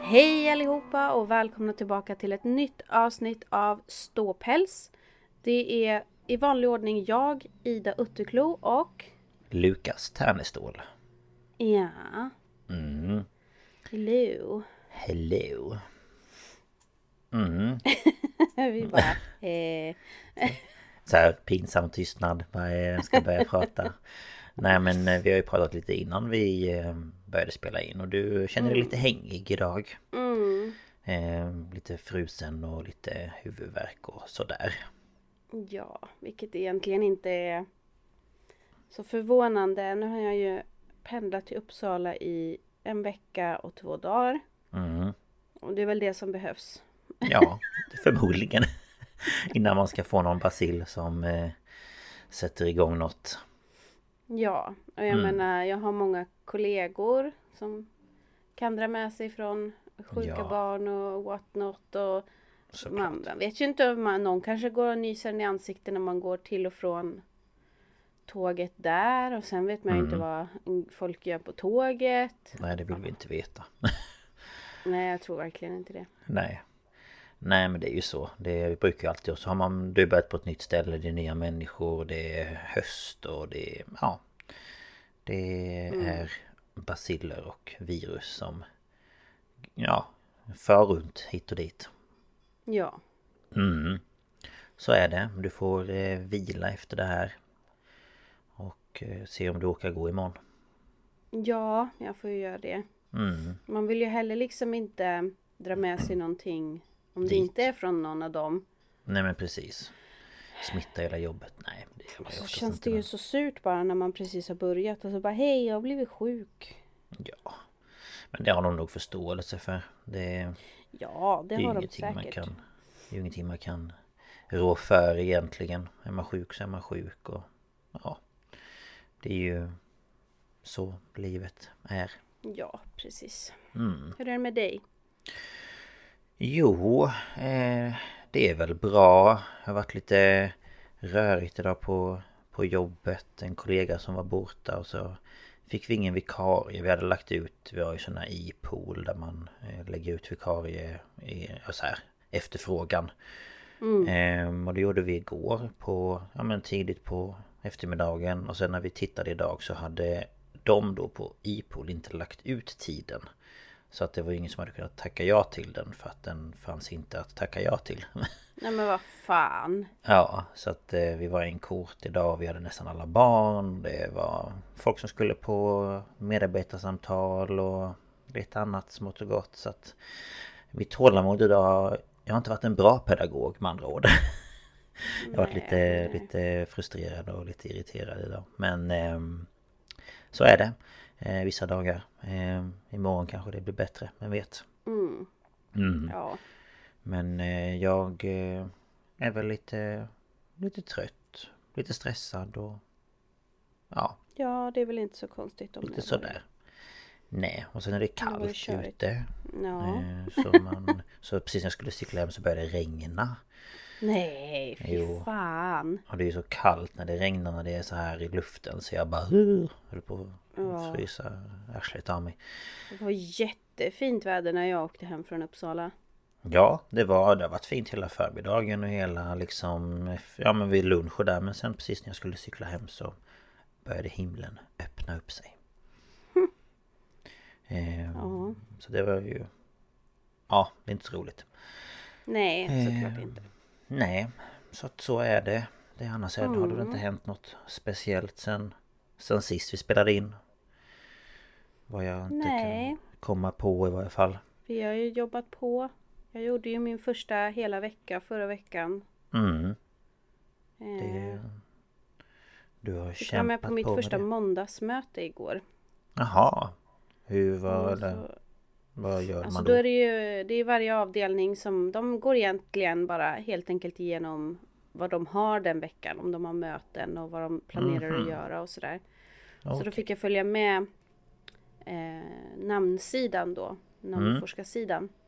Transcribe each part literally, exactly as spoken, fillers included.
Hej allihopa och välkomna tillbaka till ett nytt avsnitt av Ståpäls. Det är i vanlig ordning jag, Ida Utterklo och... Lukas Tärnestål. Ja. Mm. Hello. Hello. Mm. Vi bara... Eh. Så här pinsam tystnad. Jag ska börja prata. Nej men vi har ju pratat lite innan vi började spela in. Och du känner dig mm. lite hängig idag. Mm. Eh, lite frusen och lite huvudvärk och sådär. Ja, vilket egentligen inte är så förvånande. Nu har jag ju pendlat till Uppsala i en vecka och två dagar. Mm. Och det är väl det som behövs. Ja, förmodligen. Innan man ska få någon bacill som eh, sätter igång något. Ja, och jag mm. menar, jag har många kollegor som kan dra med sig från sjuka ja. barn och what not. Och man vet ju inte om man, någon kanske går och nyser i ansiktet när man går till och från tåget där. Och sen vet man ju mm. inte vad folk gör på tåget. Nej, det vill vi inte veta. Nej, jag tror verkligen inte det. Nej. Nej, men det är ju så. Det brukar ju alltid. Och så har man du börjat på ett nytt ställe. Det är nya människor. Det är höst och det är... Ja. Det är mm. baciller och virus som... Ja. För runt hit och dit. Ja. Mm. Så är det. Du får eh, vila efter det här. Och eh, se om du orkar gå imorgon. Ja, jag får ju göra det. Mm. Man vill ju heller liksom inte dra med sig någonting om dit. Det inte är från någon av dem. Nej men precis. Smitta hela jobbet. Nej, det gör man ju så oftast känns inte, det ju men... så surt bara när man precis har börjat. Och så bara, hej jag har blivit sjuk. Ja. Men det har de nog förståelse för. Det, ja, det, det har de säkert. Man kan, det är ju ingenting man kan rå för egentligen. Är man sjuk så är man sjuk. Och ja. Det är ju så livet är. Ja, precis. Mm. Hur är det med dig? Jo, eh, det är väl bra. Jag har varit lite rörigt idag på, på jobbet. En kollega som var borta och så fick vi ingen vikarie. Vi hade lagt ut, vi har ju sådana i-pool där man eh, lägger ut vikarie i så här, efterfrågan. Mm. Eh, och det gjorde vi igår på, ja men tidigt på eftermiddagen. Och sen när vi tittade idag så hade de då på i-pool inte lagt ut tiden. Så att det var ingen som hade kunnat tacka ja till den. För att den fanns inte att tacka ja till. Nej men vad fan. Ja, så att eh, vi var i en kort idag. Vi hade nästan alla barn. Det var folk som skulle på medarbetarsamtal. Och lite annat smått och gott. Så att mitt tålamod idag. Jag har inte varit en bra pedagog med andra ord. Jag har varit lite, lite frustrerad och lite irriterad idag. Men eh, så är det. Eh, vissa dagar. Eh, imorgon kanske det blir bättre, men vet. Mm. Mm. Ja. Men eh, jag eh, är väl lite, lite trött. Lite stressad och... Ja. Ja, det är väl inte så konstigt om lite det sådär. Nej, och sen är det kallt det ute. Ja. Eh, så, man, så precis när jag skulle cykla hem så började det regna. Nej, fy jo. fan. Och det är ju så kallt när det regnar när det är så här i luften. Så jag bara höll på att frysa arslet av mig. Det var jättefint väder när jag åkte hem från Uppsala. Ja, det var det har varit fint hela förmiddagen och hela liksom, ja men vid lunch och där. Men sen precis när jag skulle cykla hem så började himlen öppna upp sig. Hm. Eh, ja. Så det var ju, ja, det är inte så roligt. Nej, såklart eh, inte. Nej, så att så är det. Det annars mm. har det inte hänt något speciellt sen, sen sist vi spelade in. Vad jag inte Nej. kan komma på i varje fall. Vi har ju jobbat på. Jag gjorde ju min första hela vecka förra veckan. Mm. Eh. Det, du har jag kämpat var med på mitt på första måndagsmöte igår. Jaha. Hur var Och det? så, vad gör alltså man då? då? Är det ju det är varje avdelning som de går egentligen bara helt enkelt igenom vad de har den veckan. Om de har möten och vad de planerar mm-hmm. att göra och sådär. Okay. Så då fick jag följa med eh, namnsidan då. Namnforskarsidan. Mm.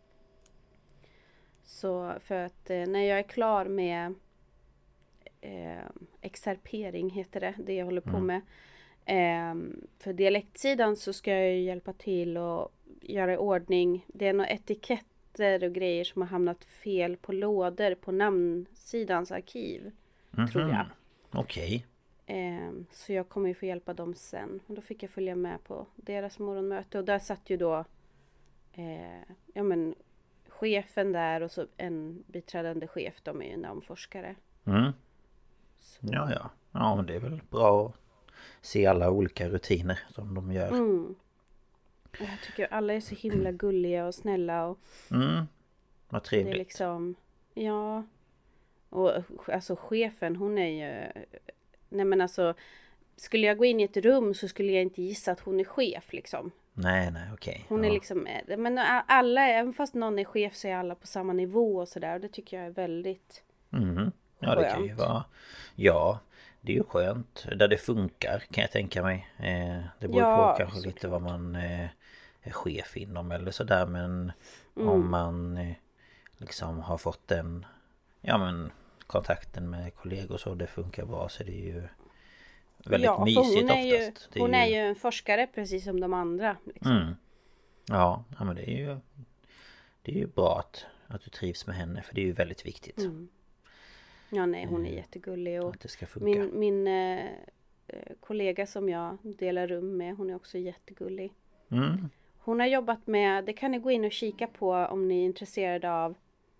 Så för att eh, när jag är klar med eh, excerpering heter det. Det jag håller på mm. med. Eh, för dialektsidan så ska jag ju hjälpa till och göra i ordning. Det är några etiketter och grejer som har hamnat fel på lådor på namnsidans arkiv. Mm-hmm. Tror jag. Okej. Eh, så jag kommer ju få hjälpa dem sen. Och då fick jag följa med på deras morgonmöte. Och där satt ju då eh, ja men chefen där och så en biträdande chef. De är ju namnforskare. Mm. Ja, ja. Ja, men det är väl bra att se alla olika rutiner som de gör. Mm. Jag tycker alla är så himla gulliga och snälla. Och mm. Vad trevligt. Det är liksom, ja. Och alltså chefen, hon är ju... Nej men alltså, skulle jag gå in i ett rum så skulle jag inte gissa att hon är chef liksom. Nej, nej, okej. Okay. Hon ja. är liksom, men alla, även fast någon är chef så är alla på samma nivå och sådär. Och det tycker jag är väldigt mm. Ja, det kan ju vara, ja, det är ju skönt. Där det funkar kan jag tänka mig. Eh, det beror ja, på kanske lite klart. Vad man eh, är chef inom eller sådär. Men mm. om man eh, liksom har fått den, ja men kontakten med kollegor så det funkar bra så det är ju väldigt ja, mysigt hon är oftast. Ju, hon är är ju... ju en forskare precis som de andra. Liksom. Mm. Ja, ja, men det är ju det är ju bra att, att du trivs med henne för det är ju väldigt viktigt. Mm. Ja, nej, hon är jättegullig och att det ska funka. min, min eh, kollega som jag delar rum med, hon är också jättegullig. Mm. Hon har jobbat med, det kan ni gå in och kika på om ni är intresserade av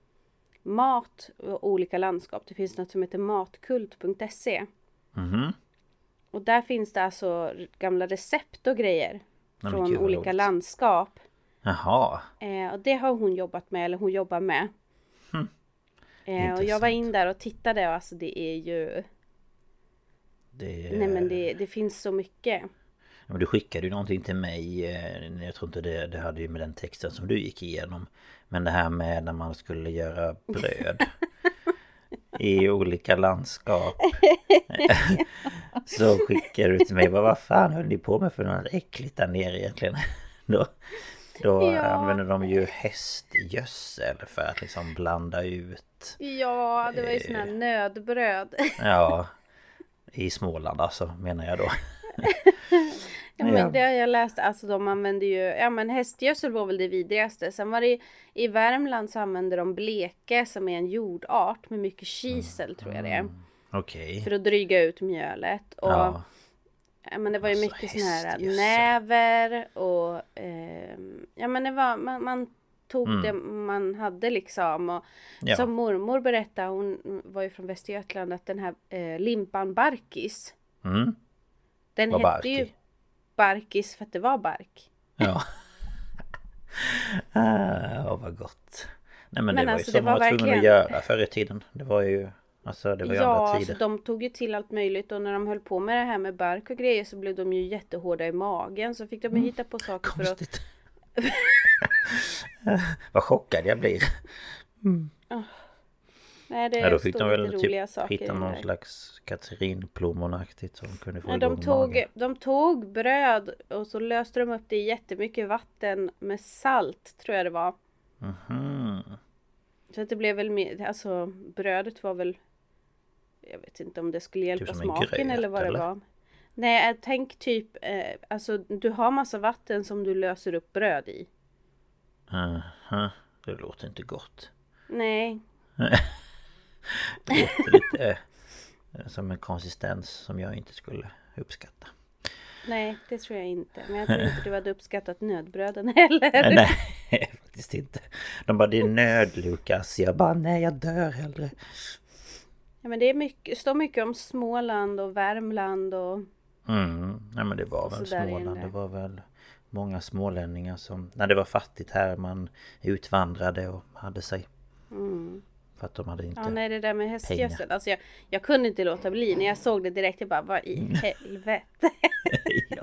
mat och olika landskap. Det finns något som heter matkult punkt se. Mm. Och där finns det alltså gamla recept och grejer Nej, från gud, olika roligt. landskap. Jaha. Eh, och det har hon jobbat med, eller hon jobbar med. Hm. Eh, och jag var in där och tittade och alltså det är ju... Det är... Nej men det, det finns så mycket. Ja, men du skickade ju någonting till mig. Jag tror inte det, det hade ju med den texten som du gick igenom. Men det här med när man skulle göra bröd i olika landskap. Så skickade du till mig. Vad, vad fan höll ni på med för något äckligt där nere egentligen? Då, då ja. använder de ju hästgödsel för att liksom blanda ut. Ja, det var ju såna här nödbröd. Ja, i Småland alltså menar jag då. Ja, men det har jag läst, alltså de använder ju, ja men hästgödsel var väl det vidrigaste. Sen var det i, i Värmland så använder de bleke som är en jordart med mycket kisel mm. tror jag det är. Mm. Okej. Okay. För att dryga ut mjölet. Och ja. Ja, men det var ju alltså, mycket såna här näver och eh, ja men det var, man, man tog mm. det man hade liksom. Och ja. Som mormor berättade, hon var ju från Västergötland, att den här eh, limpan barkis. Mm. Den var hette barki. ju barkis för att det var bark. Ja. ah, vad gott. Nej men, men det var alltså, ju som man var verkligen... tvungen att göra förr i tiden. Det var ju, alltså det var ju ja, andra tider. Ja, alltså, de tog ju till allt möjligt. Och när de höll på med det här med bark och grejer så blev de ju jättehårda i magen. Så fick de ju hitta på saker Konstigt. för att... vad chockad jag blir. Mm. Oh. Nej, det ja, då fick de väl roliga typ saker hitta någon slags Katrinplommonaktigt som kunde få ja, igång de tog, magen. de tog bröd och så löste de upp det i jättemycket vatten med salt, tror jag det var. Mhm. Så att det blev väl mer, alltså brödet var väl, jag vet inte om det skulle hjälpa typ smaken gröt, eller vad eller? det var. Nej, tänk typ, eh, alltså du har massa vatten som du löser upp bröd i. Aha, det låter inte gott. Nej. Det låter lite eh, som en konsistens som jag inte skulle uppskatta. Nej, det tror jag inte. Men jag tror inte du hade uppskattat nödbröden heller. Nej, faktiskt inte. De bara, det är nöd, Lukas. Jag bara, nej, jag dör hellre. Ja, men det är mycket, står mycket om Småland och Värmland och... Mm, nej men det var väl Småland. Det var väl många smålänningar som, när det var fattigt här, man utvandrade och hade sig. Mm. För att de hade inte ja, nej, det där med hästgödsel. Alltså jag, jag kunde inte låta bli. När jag såg det direkt, jag bara, vad i mm. helvete. ja.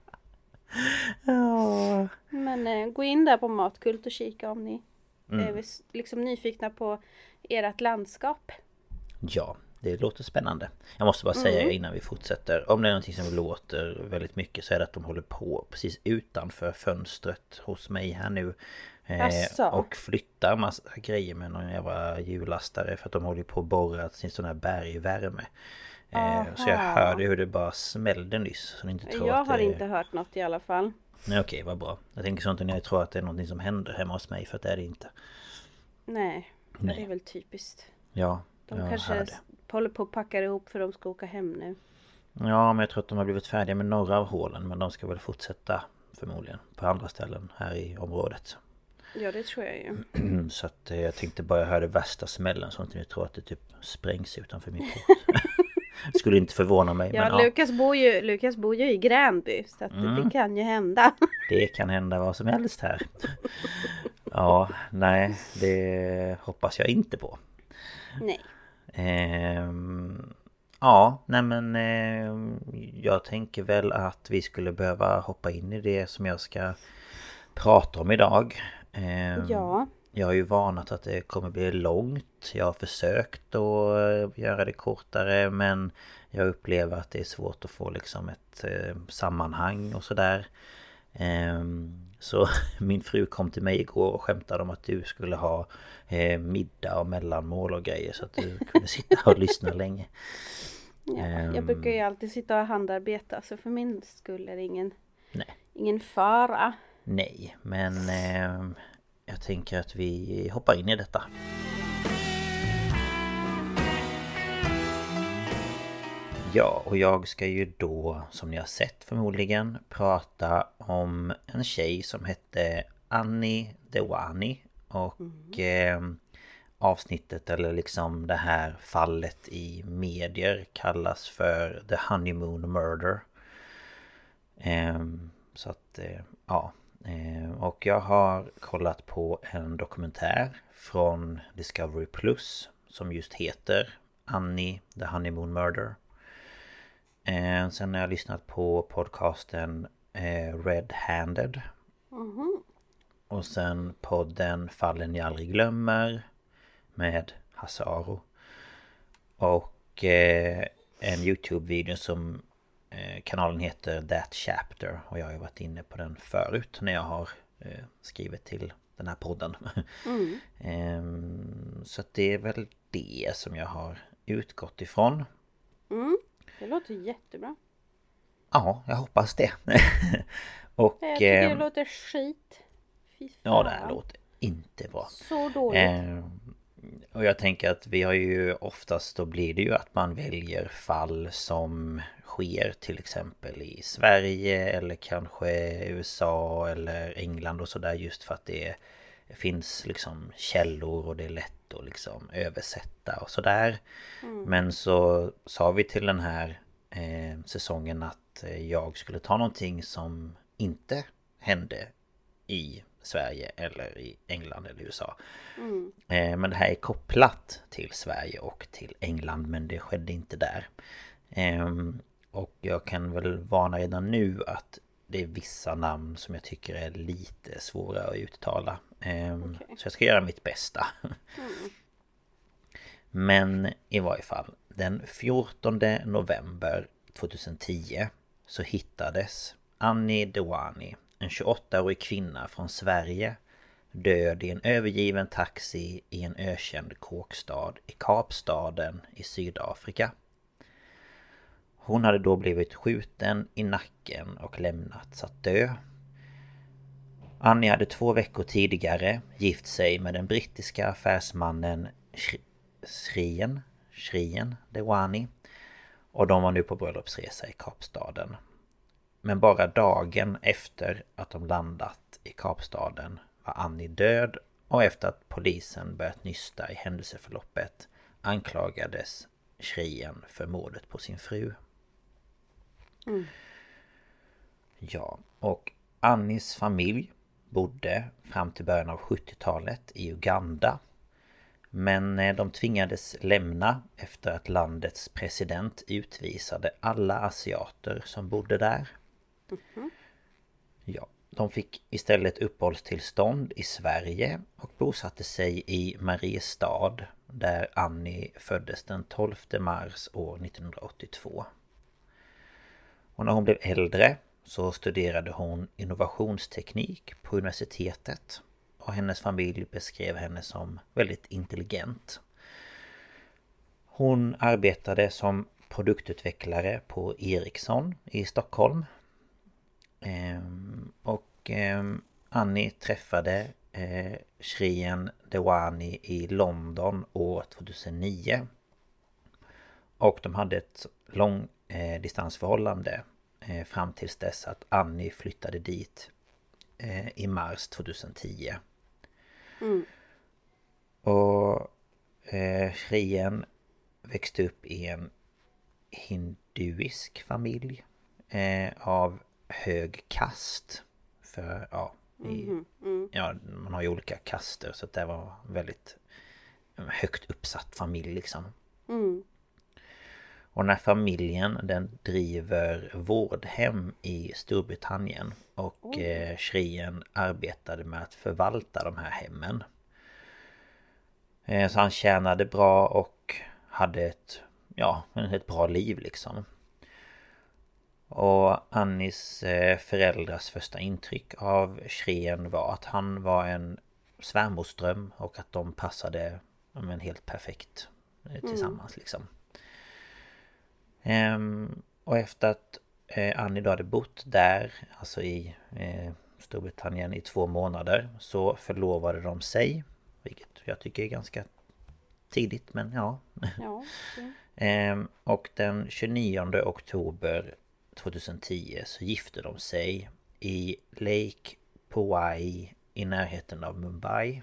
ja. Men eh, gå in där på Matkult och kika om ni mm. är liksom nyfikna på ert landskap. Ja, det låter spännande. Jag måste bara säga mm. innan vi fortsätter. Om det är någonting som låter väldigt mycket så är det att de håller på precis utanför fönstret hos mig här nu. Eh, och flyttar massa grejer med någon jävla hjullastare för att de håller på att borra sin sån här bergvärme. Eh, så jag hörde hur det bara smällde nyss. Så ni inte tror jag att det... har inte hört något i alla fall. Nej okej, vad bra. Jag tänker sånt när jag tror att det är något som händer hemma hos mig, för att det är det inte. Nej, Nej. det är väl typiskt. Ja, De jag kanske hörde. håller på att packa ihop för de ska åka hem nu. Ja, men jag tror att de har blivit färdiga med några av hålen. Men de ska väl fortsätta förmodligen på andra ställen här i området. Ja, det tror jag ju. Så att jag tänkte bara höra det värsta smällen, så att ni tror att det typ sprängs utanför min port. Det skulle inte förvåna mig. Ja, men, Lukas, ja. Bor ju, Lukas bor ju i Gränby, så att mm. det kan ju hända. Det kan hända vad som helst här. Ja, nej, det hoppas jag inte på. Nej. Ehm, ja, nej men eh, jag tänker väl att vi skulle behöva hoppa in i det som jag ska prata om idag. Ehm, ja. Jag har ju varnat att det kommer bli långt. Jag har försökt att göra det kortare, men jag upplever att det är svårt att få liksom ett eh, sammanhang och sådär. Ehm, så min fru kom till mig igår och skämtade om att du skulle ha eh, middag och mellanmål och grejer, så att du kunde sitta och lyssna länge. Ja, ehm, jag brukar ju alltid sitta och handarbeta, så för min skull är det ingen, nej. ingen fara. Nej, men eh, jag tänker att vi hoppar in i detta. Ja, och jag ska ju då, som ni har sett förmodligen, prata om en tjej som hette Annie Dewani. Och mm. eh, avsnittet, eller liksom det här fallet i medier, kallas för The Honeymoon Murder. Eh, så att, eh, ja. Eh, och jag har kollat på en dokumentär från Discovery Plus som just heter Annie The Honeymoon Murder. Eh, sen har jag lyssnat på podcasten eh, Red Handed. Mm-hmm. Och sen podden Fallen jag aldrig glömmer med Hasse Aro. Och eh, en YouTube-video som eh, kanalen heter That Chapter. Och jag har ju varit inne på den förut när jag har eh, skrivit till den här podden. Mm. eh, så det är väl det som jag har utgått ifrån. Mm. Det låter jättebra. Ja, jag hoppas det. Och, jag tycker eh, det låter skit. Fy fan. Ja, det här låter inte bra. Så dåligt. Eh, och jag tänker att vi har ju oftast, då blir det ju att man väljer fall som sker till exempel i Sverige eller kanske U S A eller England och sådär, just för att det finns liksom källor och det är lätt att liksom översätta och sådär. Mm. Men så sa vi till den här eh, säsongen att jag skulle ta någonting som inte hände i Sverige eller i England eller U S A. Mm. Eh, men det här är kopplat till Sverige och till England, men det skedde inte där. Eh, och jag kan väl varna redan nu att det är vissa namn som jag tycker är lite svåra att uttala. Eh, okay. Så jag ska göra mitt bästa. Mm. Men i varje fall, den fjortonde november tjugohundratio så hittades Annie Dewani, en tjugoåttaårig kvinna från Sverige, död i en övergiven taxi i en ökänd kåkstad i Kapstaden i Sydafrika. Hon hade då blivit skjuten i nacken och lämnats att dö. Annie hade två veckor tidigare gift sig med den brittiska affärsmannen Shrien, Shrien Dewani, och de var nu på bröllopsresa i Kapstaden. Men bara dagen efter att de landat i Kapstaden var Annie död, och efter att polisen börjat nysta i händelseförloppet anklagades Shrien för mordet på sin fru. Mm. Ja, och Annies familj bodde fram till början av sjuttiotalet i Uganda. Men de tvingades lämna efter att landets president utvisade alla asiater som bodde där. Mm-hmm. Ja, de fick istället uppehållstillstånd i Sverige och bosatte sig i Mariestad, där Annie föddes den tolfte mars år nittonhundraåttiotvå. Och när hon blev äldre så studerade hon innovationsteknik på universitetet. Och hennes familj beskrev henne som väldigt intelligent. Hon arbetade som produktutvecklare på Ericsson i Stockholm. Ehm, och ehm, Annie träffade eh, Shrien Dewani i London år tjugohundranio. Och de hade ett lång eh, distansförhållande eh, fram tills dess att Annie flyttade dit eh, i mars tjugohundratio. Mm. Och eh, Shrien växte upp i en hinduisk familj eh, av hög kast. För ja, i, Mm. Mm. ja, man har ju olika kaster, så att det var väldigt högt uppsatt familj liksom. Mm. Och den här familjen, den driver vårdhem i Storbritannien. Och eh, Shrien arbetade med att förvalta de här hemmen. Eh, så han tjänade bra och hade ett, ja, ett bra liv liksom. Och Annis eh, föräldrars första intryck av Shrien var att han var en svärmorsdröm och att de passade men, helt perfekt eh, tillsammans mm. liksom. Ehm, och efter att eh, Annie då hade bott där, alltså i eh, Storbritannien i två månader, så förlovade de sig. Vilket jag tycker är ganska tidigt, men ja. ja okay. ehm, och den tjugonionde oktober tjugohundratio så gifte de sig i Lake Powai i närheten av Mumbai.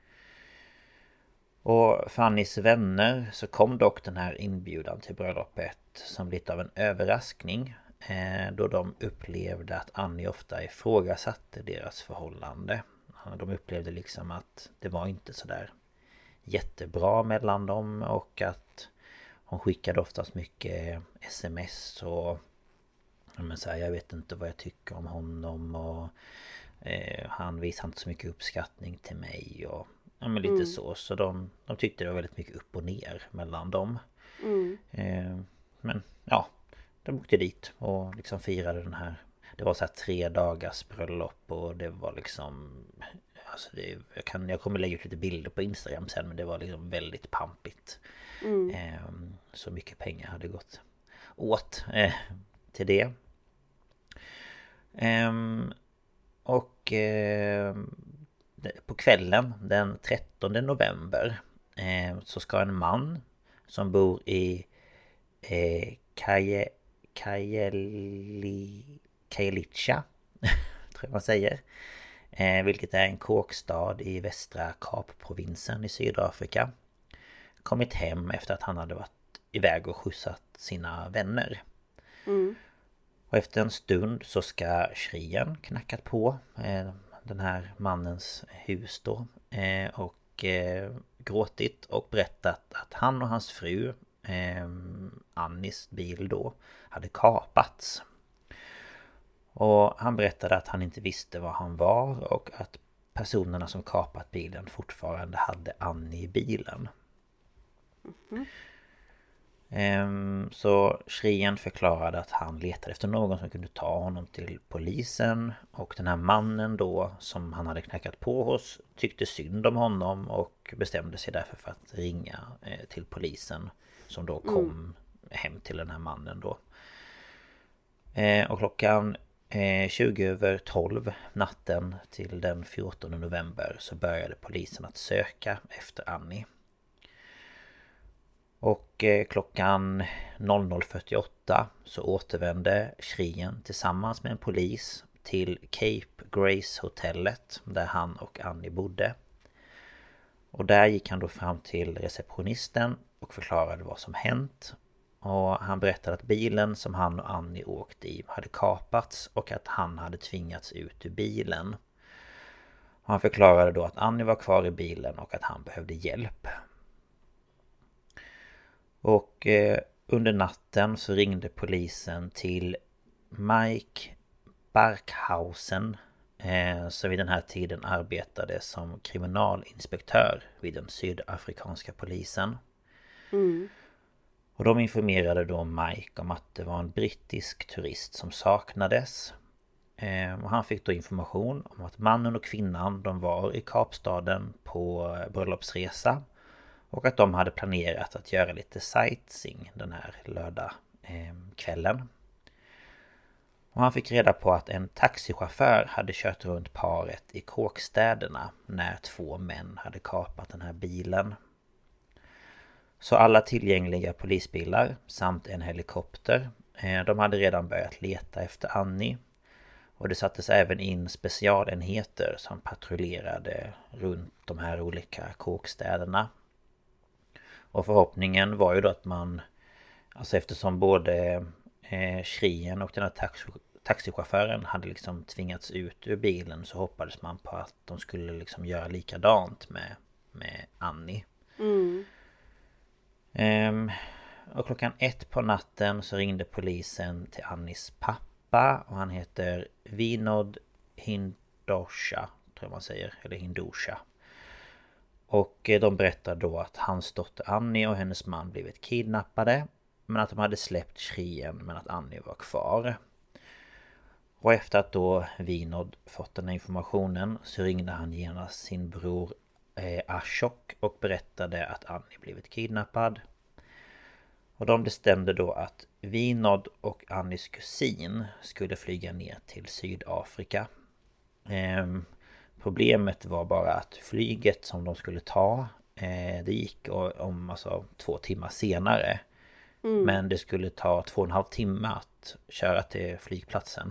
Och för Annis vänner så kom dock den här inbjudan till bröllopet som lite av en överraskning, eh, då de upplevde att Annie ofta ifrågasatte deras förhållande. De upplevde liksom att det var inte så där jättebra mellan dem och att hon skickade oftast mycket sms och men så här, jag vet inte vad jag tycker om honom och eh, han visar inte så mycket uppskattning till mig och ja, men lite mm. så. Så de, de tyckte det var väldigt mycket upp och ner mellan dem. Mm. Eh, men ja, de åkte dit och liksom firade den här. Det var så här tre dagars bröllop och det var liksom alltså det, jag, kan, jag kommer lägga ut lite bilder på Instagram sen, men det var liksom väldigt pampigt. Mm. Eh, så mycket pengar hade gått åt eh, till det. Eh, och eh, på kvällen den trettonde november eh, så ska en man som bor i eh, Kaje, Kajeli, Kajelicha tror jag man säger, eh, vilket är en kåkstad i västra Kapprovinsen i Sydafrika, kommit hem efter att han hade varit iväg och skjutsat sina vänner. Mm. Och efter en stund så ska Shrien knackat på eh, den här mannens hus då eh, och eh, gråtit och berättat att han och hans fru eh, Annis bil då hade kapats. Och han berättade att han inte visste var han var och att personerna som kapat bilen fortfarande hade Annie i bilen. Mm. Så Shrien förklarade att han letade efter någon som kunde ta honom till polisen. Och den här mannen då som han hade knackat på hos tyckte synd om honom och bestämde sig därför för att ringa till polisen, som då kom mm. hem till den här mannen då. Och klockan tjugo över tolv natten till den fjortonde november så började polisen att söka efter Annie. Och klockan noll noll fyrtioåtta så återvände Shrien tillsammans med en polis till Cape Grace hotellet där han och Annie bodde. Och där gick han då fram till receptionisten och förklarade vad som hänt. Och han berättade att bilen som han och Annie åkte i hade kapats och att han hade tvingats ut ur bilen. Och han förklarade då att Annie var kvar i bilen och att han behövde hjälp. Och eh, under natten så ringde polisen till Mike Barkhausen eh, som vid den här tiden arbetade som kriminalinspektör vid den sydafrikanska polisen. Mm. Och de informerade då Mike om att det var en brittisk turist som saknades. Eh, och han fick då information om att mannen och kvinnan de var i Kapstaden på bröllopsresa. Och att de hade planerat att göra lite sightseeing den här lördag eh, kvällen. Och han fick reda på att en taxichaufför hade kört runt paret i Kåkstäderna när två män hade kapat den här bilen. Så alla tillgängliga polisbilar samt en helikopter, de hade redan börjat leta efter Annie. Och det sattes även in specialenheter som patrullerade runt de här olika kåkstäderna. Och förhoppningen var ju då att man, alltså eftersom både eh, Schrien och den här taxi, taxichauffören hade liksom tvingats ut ur bilen, så hoppades man på att de skulle liksom göra likadant med, med Annie. Mm. Ehm, och klockan ett på natten så ringde polisen till Annies pappa, och han heter Vinod Hindosha, tror jag man säger, eller Hindosha. Och de berättade då att hans dotter Annie och hennes man blivit kidnappade, men att de hade släppt Schrien men att Annie var kvar. Och efter att då Vinod fått den här informationen så ringde han genast sin bror eh, Ashok och berättade att Annie blivit kidnappad. Och de bestämde då att Vinod och Annies kusin skulle flyga ner till Sydafrika. Ehm, problemet var bara att flyget som de skulle ta, eh, det gick om alltså, två timmar senare. Mm. Men det skulle ta två och en halv timme att köra till flygplatsen.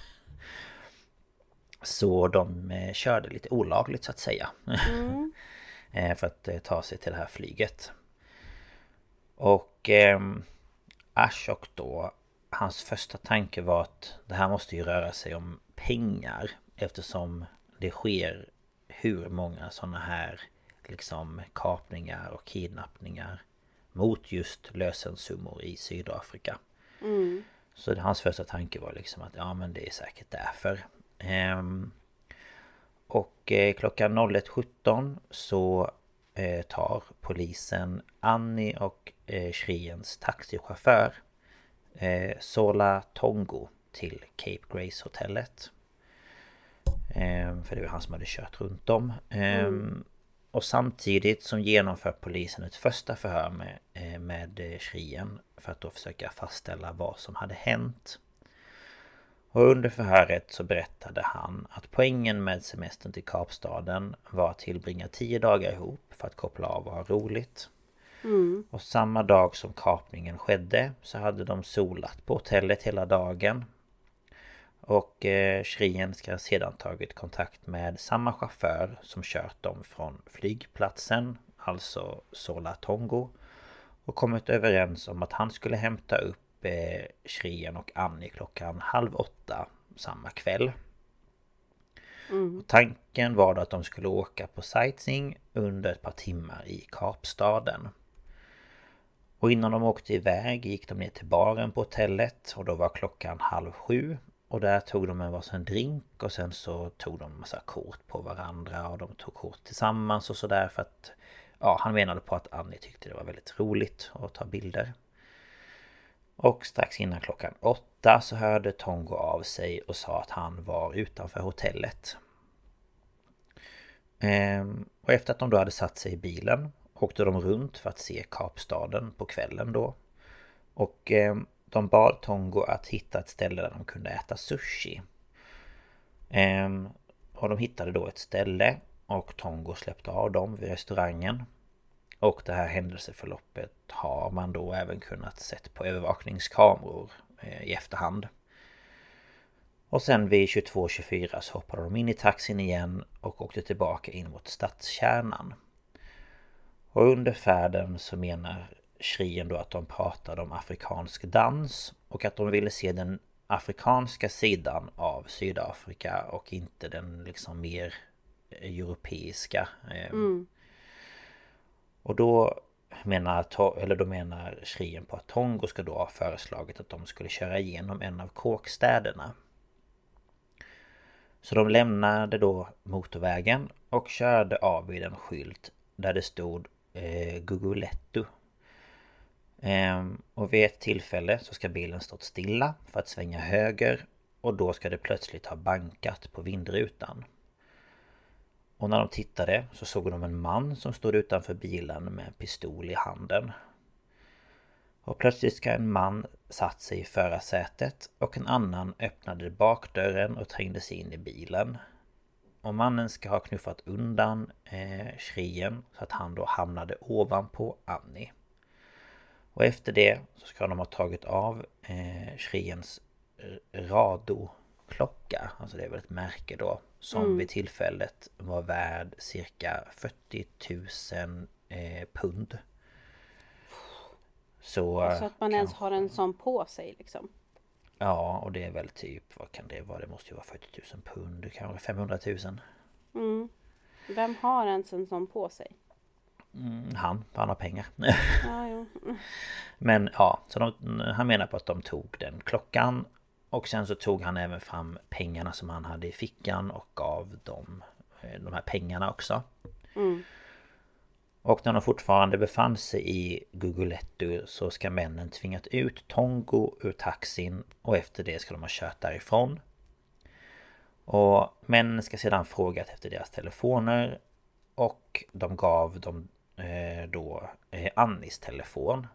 Så de eh, körde lite olagligt så att säga. Mm. eh, för att eh, ta sig till det här flyget. Och eh, Ashok då, hans första tanke var att det här måste ju röra sig om pengar, eftersom det sker hur många sådana här liksom kapningar och kidnappningar mot just lösensummor i Sydafrika. Mm. Så hans första tanke var liksom att ja, men det är säkert därför. Ehm, och eh, klockan ett sjutton så eh, tar polisen Annie och eh, Schriens taxichaufför eh, Sola Tongo till Cape Grace hotellet. Ehm, för det var han som hade kört runt dem. Ehm, mm. Och samtidigt som genomför polisen ett första förhör med, eh, med Schrien för att då försöka fastställa vad som hade hänt. Och under förhöret så berättade han att poängen med semestern till Kapstaden var att tillbringa tio dagar ihop för att koppla av och ha roligt. Mm. Och samma dag som kapningen skedde så hade de solat på hotellet hela dagen. Och eh, Schrien ska sedan tagit kontakt med samma chaufför som kört dem från flygplatsen, alltså Sola Tongo, och kommit överens om att han skulle hämta upp eh, Schrien och Annie klockan halv åtta samma kväll. Mm. Och tanken var då att de skulle åka på sightseeing under ett par timmar i Kapstaden. Och innan de åkte iväg gick de ner till baren på hotellet, och då var klockan halv sju. Och där tog de en varsin drink, och sen så tog de en massa kort på varandra, och de tog kort tillsammans och sådär, för att ja, han menade på att Annie tyckte det var väldigt roligt att ta bilder. Och strax innan klockan åtta så hörde Tongo av sig och sa att han var utanför hotellet. Ehm, och efter att de då hade satt sig i bilen åkte de runt för att se Kapstaden på kvällen då. Och ehm, de bad Tongo att hitta ett ställe där de kunde äta sushi. Ehm, och de hittade då ett ställe, och Tongo släppte av dem vid restaurangen. Och det här händelseförloppet har man då även kunnat sett på övervakningskameror eh, i efterhand. Och sen vid tjugotvå tjugofyra så hoppade de in i taxin igen och åkte tillbaka in mot stadskärnan. Och under färden så menar Schrien då att de pratade om afrikansk dans, och att de ville se den afrikanska sidan av Sydafrika och inte den liksom mer europeiska. Mm. Och då menar, eller då menar Schrien på att Tongo ska då ha föreslagit att de skulle köra igenom en av kåkstäderna. Så de lämnade då motorvägen och körde av vid en skylt där det stod eh, Guguletto. Ehm, och vid ett tillfälle så ska bilen stått stilla för att svänga höger, och då ska det plötsligt ha bankat på vindrutan. Och när de tittade så såg de en man som stod utanför bilen med en pistol i handen. Och plötsligt ska en man satt sig i förarsätet och en annan öppnade bakdörren och trängde sig in i bilen. Och mannen ska ha knuffat undan eh, Shrien så att han då hamnade ovanpå Annie. Och efter det så ska de ha tagit av eh, Shriens Rado-klocka. Alltså det är väl ett märke då. Som mm. vid tillfället var värd cirka fyrtio tusen eh, pund. Så, så att man ens har en sån på sig liksom. Ja, och det är väl typ, vad kan det vara? Det måste ju vara fyrtio tusen pund, kanske femhundratusen. Mm. Vem har ens en sån på sig? Mm, han, han har pengar. Ja, jo. Men ja, så de, han menar på att de tog den klockan. Och sen så tog han även fram pengarna som han hade i fickan och gav dem de här pengarna också. Mm. Och när de fortfarande befann sig i Guguletto så ska männen tvingat ut Tongo ur taxin och efter det ska de ha kört därifrån. Och männen ska sedan frågat efter deras telefoner och de gav dem eh, då eh, Annis telefon.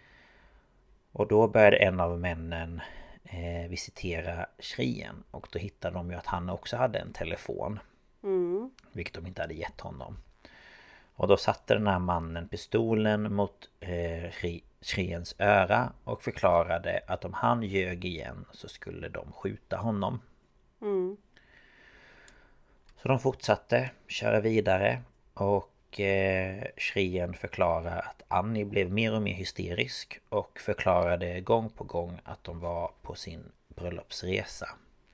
Och då började en av männen eh, visitera Shrien och då hittade de ju att han också hade en telefon. Mm. Vilket de inte hade gett honom. Och då satte den här mannen pistolen mot eh, Shriens öra och förklarade att om han ljög igen så skulle de skjuta honom. Mm. Så de fortsatte köra vidare och eh, Shrien förklarade att Annie blev mer och mer hysterisk och förklarade gång på gång att de var på sin bröllopsresa.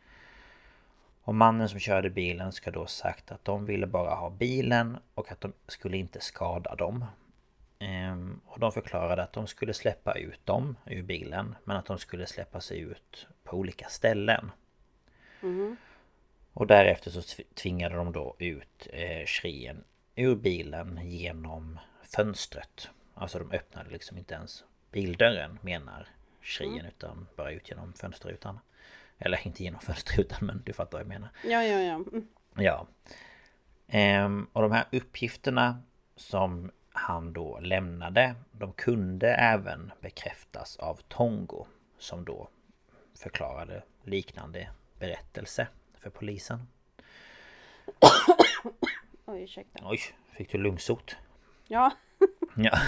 Och mannen som körde bilen ska då sagt att de ville bara ha bilen och att de skulle inte skada dem. Ehm, och de förklarade att de skulle släppa ut dem ur bilen men att de skulle släppa sig ut på olika ställen. Mm. Och därefter så tvingade de då ut eh, Shrien ur bilen genom fönstret. Alltså de öppnade liksom inte ens bildörren menar Shrien mm. utan bara ut genom fönsterrutan. Eller inte genom fönsterrutan men du fattar vad jag menar. Ja, ja, ja. Mm. Ja. Ehm, och de här uppgifterna som han då lämnade, de kunde även bekräftas av Tongo som då förklarade liknande berättelse för polisen. Oj, ursäkta. Oj, fick du lungsot? Ja. Ja.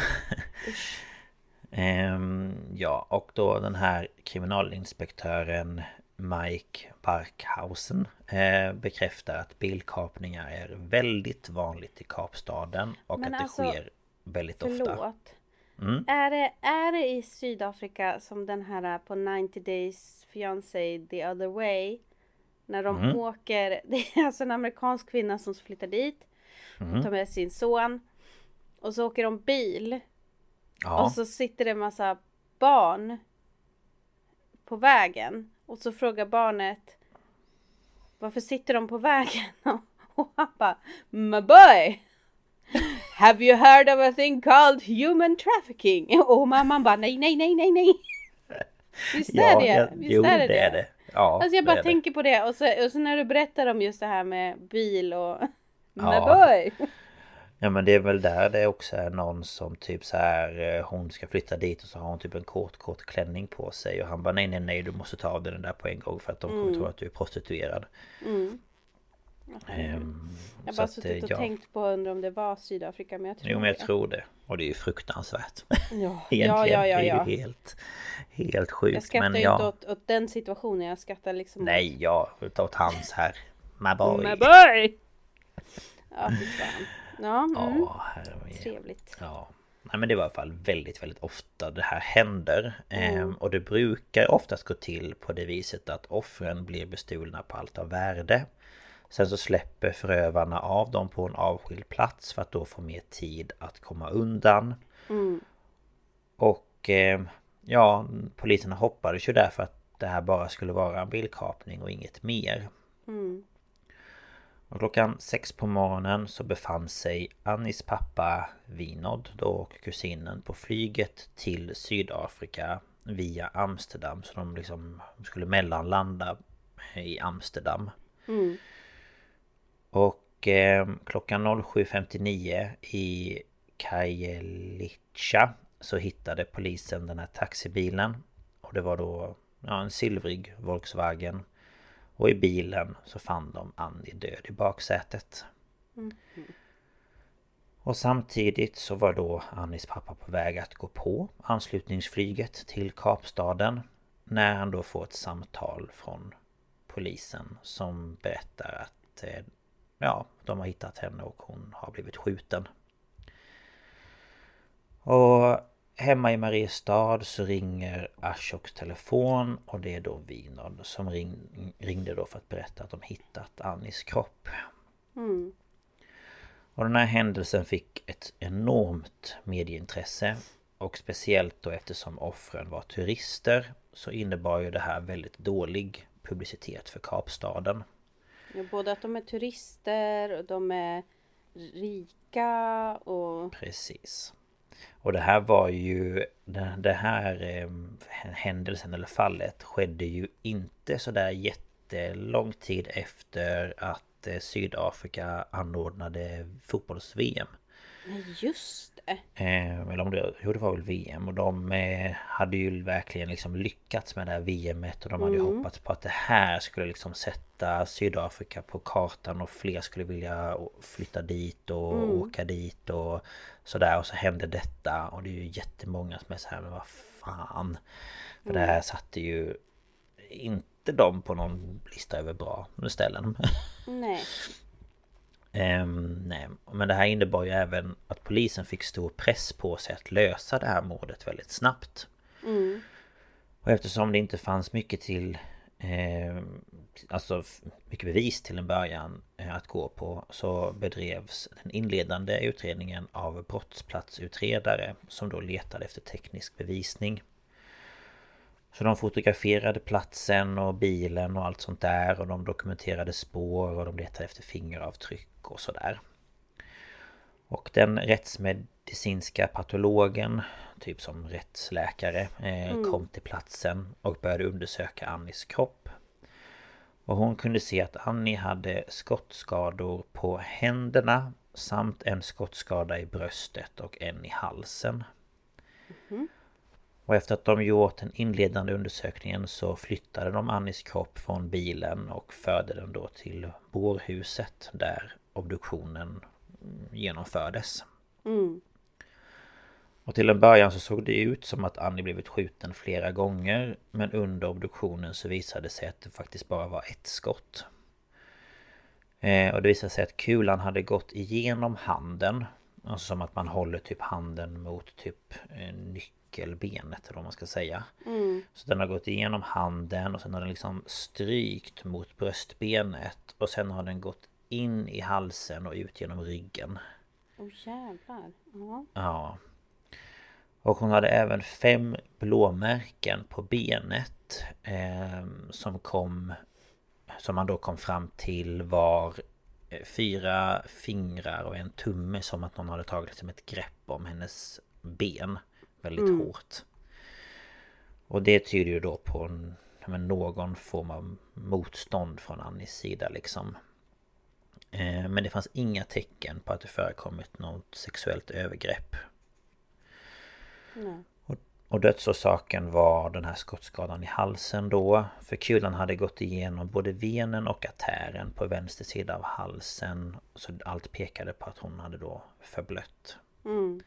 ehm, ja, och då den här kriminalinspektören Mike Barkhausen eh, bekräftar att bilkapningar är väldigt vanligt i Kapstaden och Men att det alltså, sker väldigt förlåt. ofta. Mm. Är det, är det i Sydafrika som den här på nittio Days Fiancé The Other Way när de Mm. åker, det är alltså en amerikansk kvinna som flyttar dit Mm. och tar med sin son och så åker de bil Ja. och så sitter det en massa barn på vägen och så frågar barnet varför sitter de på vägen och han bara my boy have you heard of a thing called human trafficking och mamman bara nej nej nej nej nej visst är Ja, det jag, visst jo, är det, det är det. Ja, alltså jag bara det är tänker på det och så, och så när du berättar om just det här med bil och my Ja. boy Ja men det är väl där det också är någon som typ så här eh, hon ska flytta dit och så har hon typ en kort kort klänning på sig och han bara nej nej nej du måste ta av dig den där på en gång för att de kommer Mm. tro att du är prostituerad. mm. Ehm, Jag har så bara att, suttit och ja. tänkt på undra om det var Sydafrika men jag tror Jo men jag det. tror det. Och det är ju fruktansvärt. Ja, Egentligen ja, ja, ja, det är ja. ju helt helt Jag sjukt. skrattar Men ju ja. inte åt, åt den situationen, jag skrattar liksom Nej ja, utan åt hans här. My boy. åt my boy! Ja, fy fan. Ja, mm. Ja, herre. Trevligt. Ja. Nej men det var i alla fall väldigt väldigt ofta det här händer. Mm. Ehm, och det brukar oftast gå till på det viset att offren blir bestulna på allt av värde. Sen så släpper förövarna av dem på en avskild plats för att då få mer tid att komma undan. Mm. Och eh, ja, poliserna hoppades ju därför att det här bara skulle vara en bilkapning och inget mer. Mm. Och klockan sex på morgonen så befann sig Annis pappa Vinod då och kusinen på flyget till Sydafrika via Amsterdam. Så de liksom skulle mellanlanda i Amsterdam. Mm. Och eh, klockan sju femtionio i Khayelitsha så hittade polisen den här taxibilen. Och det var då ja, en silvrig Volkswagen. Och i bilen så fann de Annie död i baksätet. Mm. Och samtidigt så var då Annies pappa på väg att gå på anslutningsflyget till Kapstaden. När han då får ett samtal från polisen som berättar att ja, de har hittat henne och hon har blivit skjuten. Och hemma i Mariestad så ringer Ashoks telefon och det är då Vinod som ring, ringde då för att berätta att de hittat Annies kropp. Mm. Och den här händelsen fick ett enormt medieintresse och speciellt då eftersom offren var turister så innebar ju det här väldigt dålig publicitet för Kapstaden. Ja, både att de är turister och de är rika och... Precis. Och det här var ju... Det här eh, händelsen eller fallet skedde ju inte så där jättelång tid efter att eh, Sydafrika anordnade fotbolls-V M. Nej, just det. Eh, eller om det, jo, det var väl V M. Och de eh, hade ju verkligen liksom lyckats med det här V M:et. Och de hade ju Mm. hoppats på att det här skulle liksom sätta Sydafrika på kartan. Och fler skulle vilja flytta dit och Mm. åka dit och sådär. Och så hände detta. Och det är ju jättemånga som är så här, men vad fan. För Mm. det här satte ju inte dem på någon lista över bra ställen. Nej. Um, nej, men det här innebar ju även att polisen fick stor press på sig att lösa det här mordet väldigt snabbt. Mm. Och eftersom det inte fanns mycket till eh, alltså mycket bevis till en början eh, att gå på så bedrevs den inledande utredningen av brottsplatsutredare som då letade efter teknisk bevisning. Så de fotograferade platsen och bilen och allt sånt där och de dokumenterade spår och de letade efter fingeravtryck och sådär. Och den rättsmedicinska patologen, typ som rättsläkare, eh, Mm. kom till platsen och började undersöka Annies kropp. Och hon kunde se att Annie hade skottskador på händerna samt en skottskada i bröstet och en i halsen. Mm. Och efter att de gjort den inledande undersökningen så flyttade de Annies kropp från bilen och förde den då till bårhuset där obduktionen genomfördes. Mm. Och till en början så såg det ut som att Annie blivit skjuten flera gånger. Men under obduktionen så visade det sig att det faktiskt bara var ett skott. Eh, och det visade sig att kulan hade gått igenom handen. Alltså som att man håller typ handen mot typ eh, nyckelbenet eller vad man ska säga. Mm. Så den har gått igenom handen och sen har den liksom strykt mot bröstbenet. Och sen har den gått in i halsen och ut genom ryggen. Åh oh, jävlar. Ja. Ja. Och hon hade även fem blåmärken på benet eh, som kom som man då kom fram till var fyra fingrar och en tumme som att någon hade tagit liksom ett grepp om hennes ben väldigt Mm. hårt. Och det tyder ju då på en, men någon form av motstånd från Annies sida liksom. Eh, men det fanns inga tecken på att det förekommit något sexuellt övergrepp. Nej. Och dödsorsaken var den här skottskadan i halsen då. För kulan hade gått igenom både venen och artären på vänster sida av halsen. Så allt pekade på att hon hade då förblött. Mm.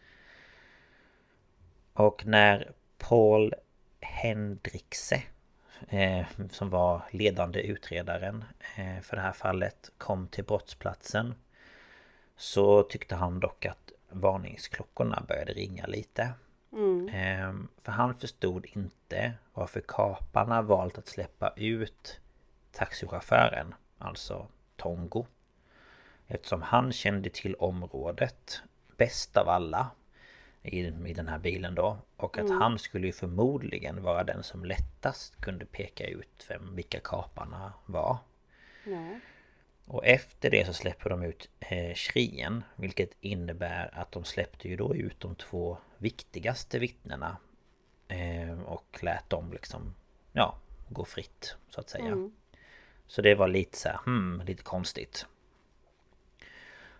Och när Paul Hendrikse, eh, som var ledande utredaren eh, för det här fallet, kom till brottsplatsen. Så tyckte han dock att varningsklockorna började ringa lite. Mm. Ehm, för han förstod inte varför kaparna valt att släppa ut taxichauffören, alltså Tongo. Eftersom han kände till området bäst av alla i, i den här bilen då. Och att Mm. han skulle ju förmodligen vara den som lättast kunde peka ut vem, vilka kaparna var. Ja. Och efter det så släpper de ut eh, Shrien, vilket innebär att de släppte ju då ut de två viktigaste vittnena eh, och lät dem liksom, ja, gå fritt så att säga. Mm. Så det var lite så här, hmm, lite konstigt.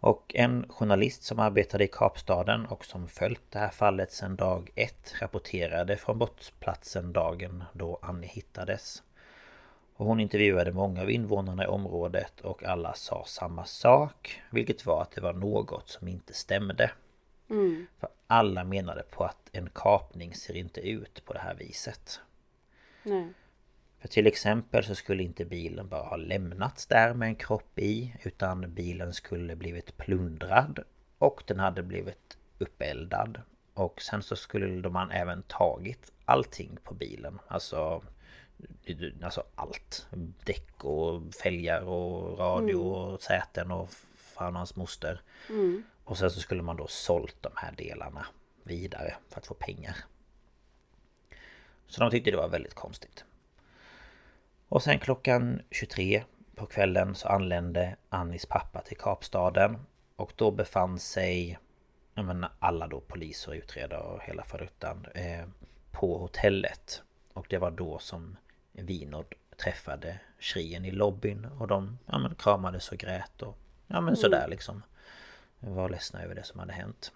Och en journalist som arbetade i Kapstaden och som följt det här fallet sedan dag ett rapporterade från brottsplatsen dagen då Annie hittades. Och hon intervjuade många av invånarna i området och alla sa samma sak, vilket var att det var något som inte stämde. Mm. För alla menade på att en kapning ser inte ut på det här viset. Nej. För till exempel så skulle inte bilen bara ha lämnats där med en kropp i, utan bilen skulle blivit plundrad och den hade blivit uppeldad. Och sen så skulle man även tagit allting på bilen, alltså, alltså allt. Däck och fälgar och radio mm. och säten och fan hans moster. Mm. Och sen så skulle man då sålt de här delarna vidare för att få pengar. Så de tyckte det var väldigt konstigt. Och sen klockan tjugotre på kvällen så anlände Annies pappa till Kapstaden. Och då befann sig jag menar, alla då poliser och utredare och hela föruttan eh, på hotellet. Och det var då som Vinod träffade Shrien i lobbyn. Och de ja, men, kramades och grät och ja men sådär mm. liksom. Var ledsna över det som hade hänt.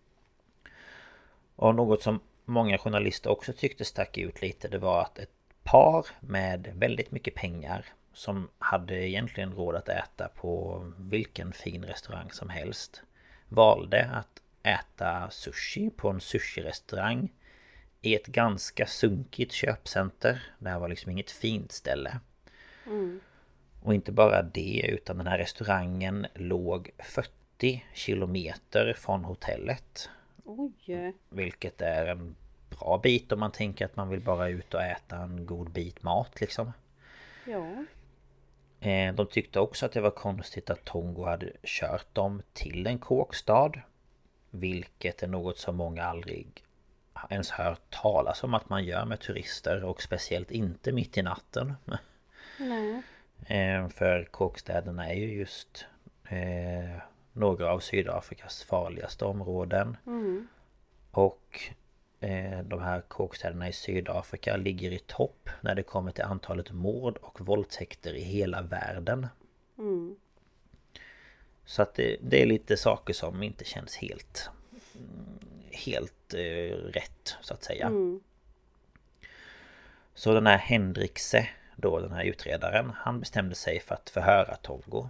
Och något som många journalister också tyckte stack ut lite, det var att ett par med väldigt mycket pengar som hade egentligen råd att äta på vilken fin restaurang som helst valde att äta sushi på en sushi-restaurang i ett ganska sunkigt köpcenter. Det här var liksom inget fint ställe. Mm. Och inte bara det, utan den här restaurangen låg fyrtio kilometer från hotellet. Oj. Vilket är en bra bit om man tänker att man vill bara ut och äta en god bit mat liksom. Ja. De tyckte också att det var konstigt att Tongo hade kört dem till en kåkstad. Vilket är något som många aldrig ens hört talas om att man gör med turister. Och speciellt inte mitt i natten. Nej. För kåkstäderna är ju just eh, några av Sydafrikas farligaste områden. Mm. Och eh, de här kåkstäderna i Sydafrika ligger i topp när det kommer till antalet mord och våldtäkter i hela världen. Mm. Så att det, det är lite saker som inte känns helt helt eh, rätt så att säga. Mm. Så den här Hendrikse då, den här utredaren, han bestämde sig för att förhöra Tongo.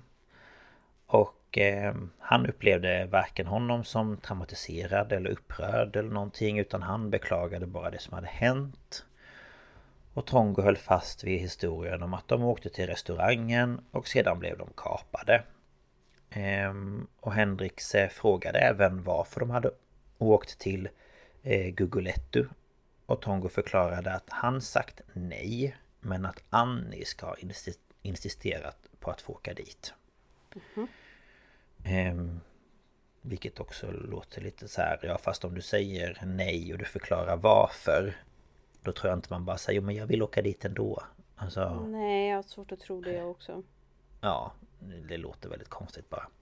Och eh, han upplevde varken honom som traumatiserad eller upprörd eller någonting, utan han beklagade bara det som hade hänt. Och Tongo höll fast vid historien om att de åkte till restaurangen och sedan blev de kapade. Ehm, och Hendrikse frågade även varför de hade åkt till eh, Gugulettu. Och Tongo förklarade att han sagt nej, men att Annie ska ha insisterat på att få åka dit. Mm-hmm. Ehm, vilket också låter lite så här, ja fast om du säger nej och du förklarar varför, då tror jag inte man bara säger, men jag vill åka dit ändå. Alltså, nej, jag har svårt att tro det också. Ja, det låter väldigt konstigt bara.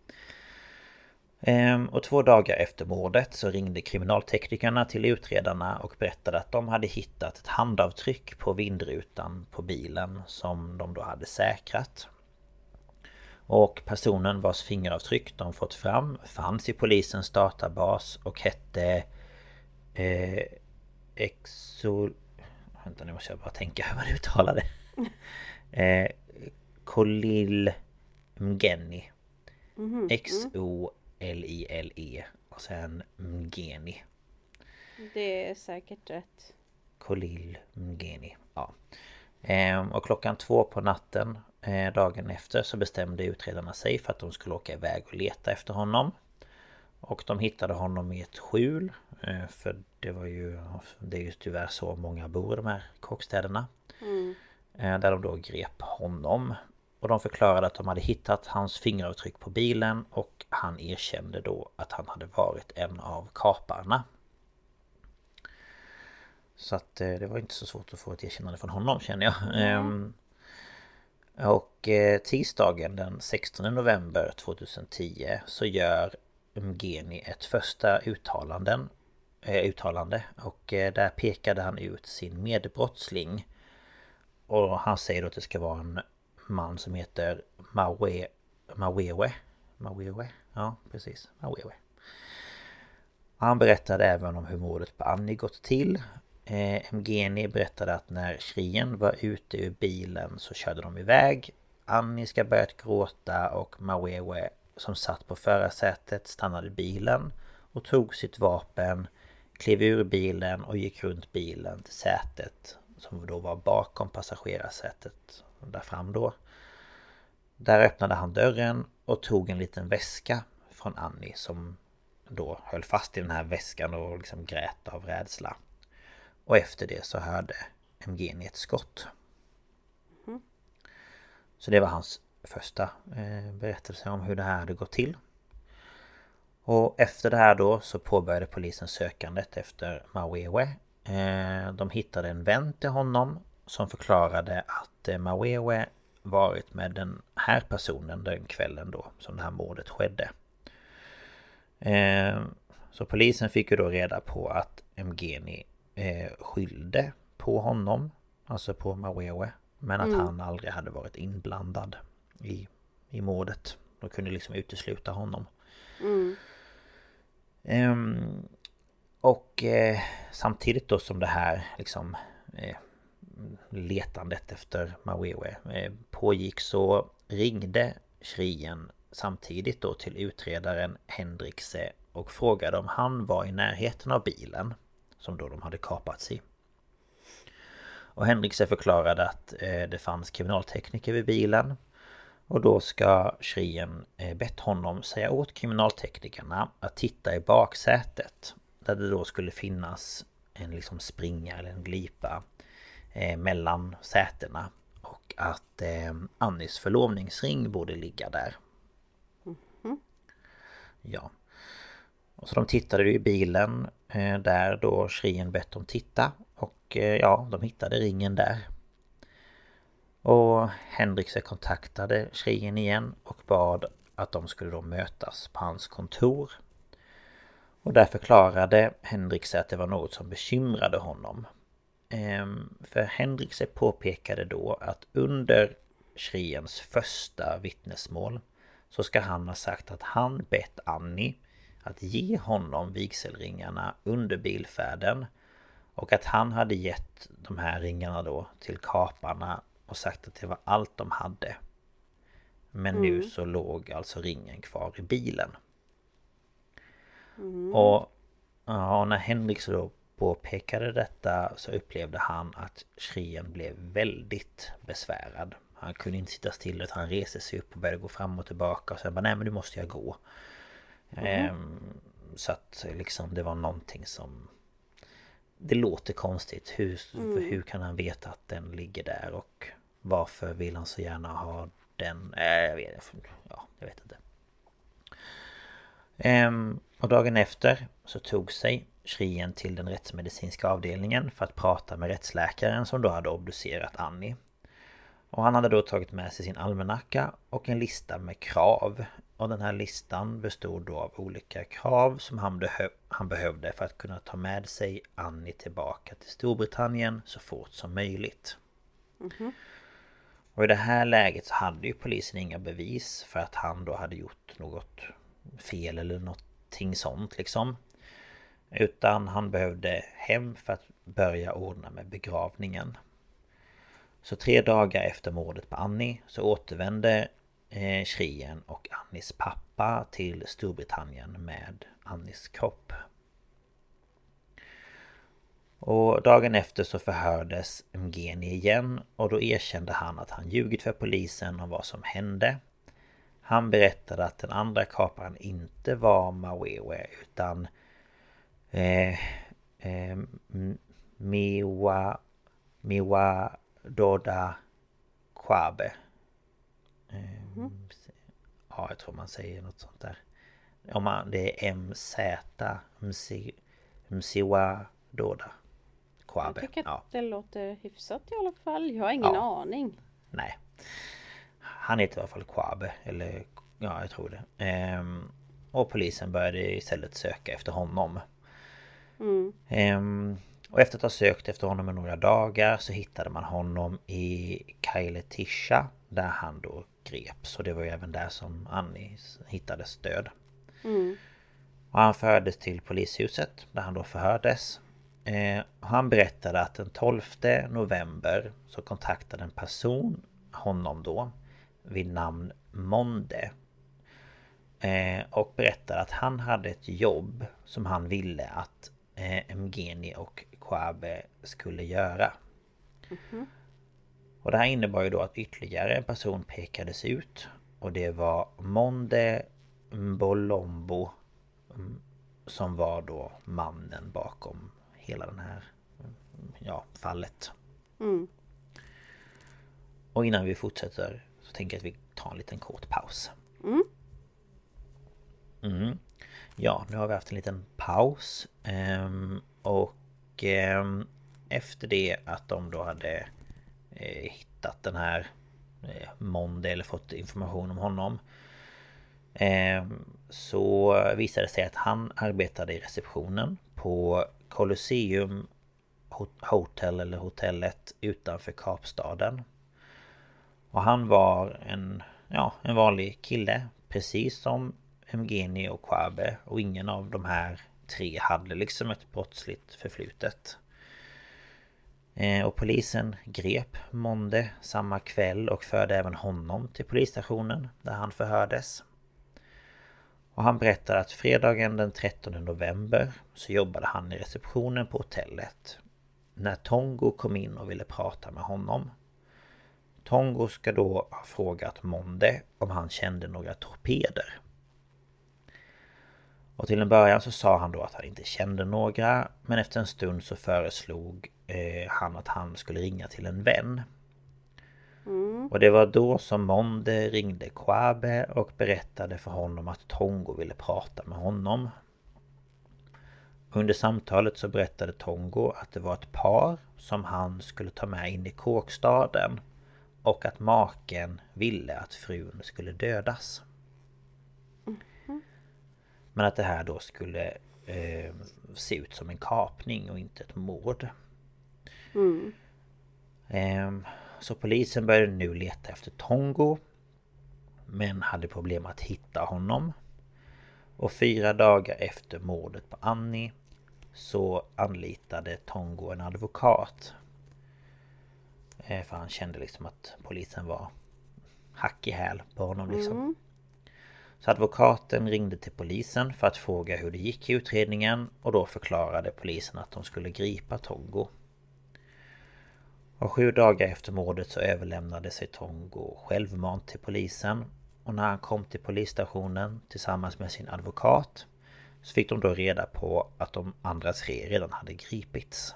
Ehm, och två dagar efter mordet så ringde kriminalteknikerna till utredarna och berättade att de hade hittat ett handavtryck på vindrutan på bilen som de då hade säkrat. Och personen vars fingeravtryck de fått fram fanns i polisens databas och hette eh, Exo... Vänta, nu måste jag bara tänka hur man uttalar det. eh, Kolil Mgeni. Mm-hmm. X-O-L-I-L-E och sen Mgeni. Det är säkert rätt. Kolil Mgeni, ja. Ehm, och klockan två på natten eh, dagen efter så bestämde utredarna sig för att de skulle åka iväg och leta efter honom. Och de hittade honom i ett skjul. Eh, för det var ju, det är ju tyvärr så många bor i de här kåkstäderna. Mm. Eh, där de då grep honom. Och de förklarade att de hade hittat hans fingeravtryck på bilen och han erkände då att han hade varit en av kaparna. Så att eh, det var inte så svårt att få ett erkännande från honom, känner jag. Mm. Ehm, och eh, tisdagen den sextonde november tjugohundratio så gör Mgeni ett första uttalanden, eh, uttalande och eh, där pekade han ut sin medbrottsling. Och han säger då att det ska vara en man som heter Mawe, Mawewe, Mawewe, Ja, precis. Mawewe. Han berättade även om hur mordet på Annie gått till. Eh, Mgeni berättade att när Shrien var ute ur bilen så körde de iväg. Annie ska börjat gråta och Mawewe som satt på förarsätet stannade bilen och tog sitt vapen, klev ur bilen och gick runt bilen till sätet som då var bakom passagerarsätet där fram då. Där öppnade han dörren och tog en liten väska från Annie som då höll fast i den här väskan och liksom grät av rädsla. Och efter det så hörde Mgeni ett skott. Mm. Så det var hans första eh, berättelse om hur det här hade gått till. Och efter det här då så påbörjade polisen sökandet efter Mawewe. Eh, de hittade en vän till honom som förklarade att eh, Mawewe varit med den här personen den kvällen då som det här mordet skedde. Eh, så polisen fick ju då reda på att Mgeni eh, skyllde på honom, alltså på Mawewe, men att mm. han aldrig hade varit inblandad i, i mordet. De kunde liksom utesluta honom. Mm. Eh, och eh, samtidigt då som det här liksom eh, letandet efter Mawewe eh, pågick så ringde Shrien samtidigt då till utredaren Hendrikse och frågade om han var i närheten av bilen som då de hade kapats i. Och Hendrikse förklarade att eh, det fanns kriminaltekniker vid bilen och då ska Shrien eh, bett honom säga åt kriminalteknikerna att titta i baksätet där det då skulle finnas en liksom springa eller en glipa eh, mellan sätena och att eh, Annies förlovningsring borde ligga där. Mm. Ja. Och så de tittade ju i bilen eh, där då Shrien bett dem titta och eh, ja, de hittade ringen där. Och Hendrikse kontaktade Shrien igen och bad att de skulle då mötas på hans kontor. Och där förklarade Hendrikse att det var något som bekymrade honom. Ehm, för Hendrikse påpekade då att under Shriens första vittnesmål så ska han ha sagt att han bett Annie att ge honom vigselringarna under bilfärden och att han hade gett de här ringarna då till kaparna och sagt att det var allt de hade. Men mm. nu så låg alltså ringen kvar i bilen. Mm. Och ja, när Henrik så då påpekade detta så upplevde han att Shrien blev väldigt besvärad. Han kunde inte sitta still utan han reste sig upp och började gå fram och tillbaka och sen bara nej men nu måste jag gå. Mm. Ehm, så att liksom det var någonting som det låter konstigt. Hur, mm. hur kan han veta att den ligger där och varför vill han så gärna ha den? Äh, jag vet, ja, jag vet inte. Ehm, och dagen efter så tog sig Shrien till den rättsmedicinska avdelningen för att prata med rättsläkaren som då hade obducerat Annie. Och han hade då tagit med sig sin almanacka och en lista med krav. Och den här listan bestod då av olika krav som han, behö- han behövde för att kunna ta med sig Annie tillbaka till Storbritannien så fort som möjligt. Mm-hmm. Och i det här läget så hade ju polisen inga bevis för att han då hade gjort något fel eller någonting sånt liksom. Utan han behövde hem för att börja ordna med begravningen. Så tre dagar efter mordet på Annie så återvände eh, Shrien och Annies pappa till Storbritannien med Annies kropp. Och dagen efter så förhördes Mgeni igen och då erkände han att han ljugit för polisen om vad som hände. Han berättade att den andra kaparen inte var Mawewe utan eh, eh, Miwa Miwa Doda Kwabe. Eh, mm. Ja, jag tror man säger något sånt där. Om man, det är M Z Msiwa Doda Kwabe. Jag tycker att ja. det låter hyfsat i alla fall. Jag har ingen ja. aning. Nej. Han heter i alla fall Kwabe. Eller ja, jag tror det. Ehm, och polisen började istället söka efter honom. Mm. Ehm, och efter att ha sökt efter honom i några dagar så hittade man honom i Kailetisha där han då greps. Och det var ju även där som Annie hittades död. Mm. Och han fördes till polishuset där han då förhördes. Eh, han berättade att den tolfte november så kontaktade en person honom då vid namn Monde. Eh, och berättade att han hade ett jobb som han ville att eh, Mgeni och Kouabe skulle göra. Mm-hmm. Och det här innebar ju då att ytterligare en person pekades ut. Och det var Monde Mbolombo, som var då mannen bakom hela den här, ja, fallet. Mm. Och innan vi fortsätter så tänker jag att vi tar en liten kort paus. Mm. Mm. Ja, nu har vi haft en liten paus. Ehm, och ehm, efter det att de då hade eh, hittat den här eh, Monde, eller fått information om honom, ehm, så visade det sig att han arbetade i receptionen på Colosseum Hotel, eller hotellet utanför Kapstaden. Och han var en, ja, en vanlig kille, precis som Mgeni och Kouabe, och ingen av de här tre hade liksom ett brottsligt förflutet. Eh, och polisen grep Monde samma kväll och förde även honom till polisstationen där han förhördes. Och han berättade att fredagen den trettonde november så jobbade han i receptionen på hotellet när Tongo kom in och ville prata med honom. Tongo ska då ha frågat Monde om han kände några torpeder. Och till en början så sa han då att han inte kände några, men efter en stund så föreslog eh, han att han skulle ringa till en vän. Mm. Och det var då som Monde ringde Kouabe och berättade för honom att Tongo ville prata med honom. Under samtalet så berättade Tongo att det var ett par som han skulle ta med in i kåkstaden och att maken ville att frun skulle dödas. Mm. Men att det här då skulle eh, se ut som en kapning och inte ett mord. Mm. Eh, så polisen började nu leta efter Tongo, men hade problem att hitta honom. Och fyra dagar efter mordet på Annie så anlitade Tongo en advokat. Eh, för han kände liksom att polisen var hack i häl på honom liksom. Mm. Så advokaten ringde till polisen för att fråga hur det gick i utredningen, och då förklarade polisen att de skulle gripa Tongo. Och sju dagar efter mordet så överlämnade sig Tongo självmant till polisen, och när han kom till polisstationen tillsammans med sin advokat så fick de då reda på att de andra tre redan hade gripits.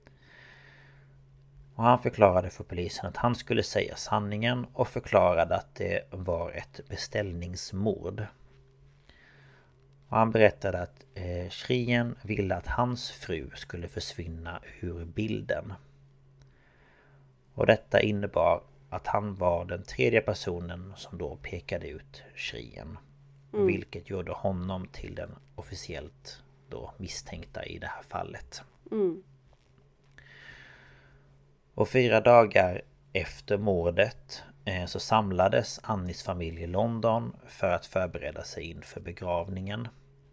Och han förklarade för polisen att han skulle säga sanningen och förklarade att det var ett beställningsmord. Och han berättade att eh, Shrien ville att hans fru skulle försvinna ur bilden. Och detta innebar att han var den tredje personen som då pekade ut Shrien. Mm. Vilket gjorde honom till den officiellt då misstänkta i det här fallet. Mm. Och fyra dagar efter mordet eh, så samlades Annis familj i London för att förbereda sig inför begravningen.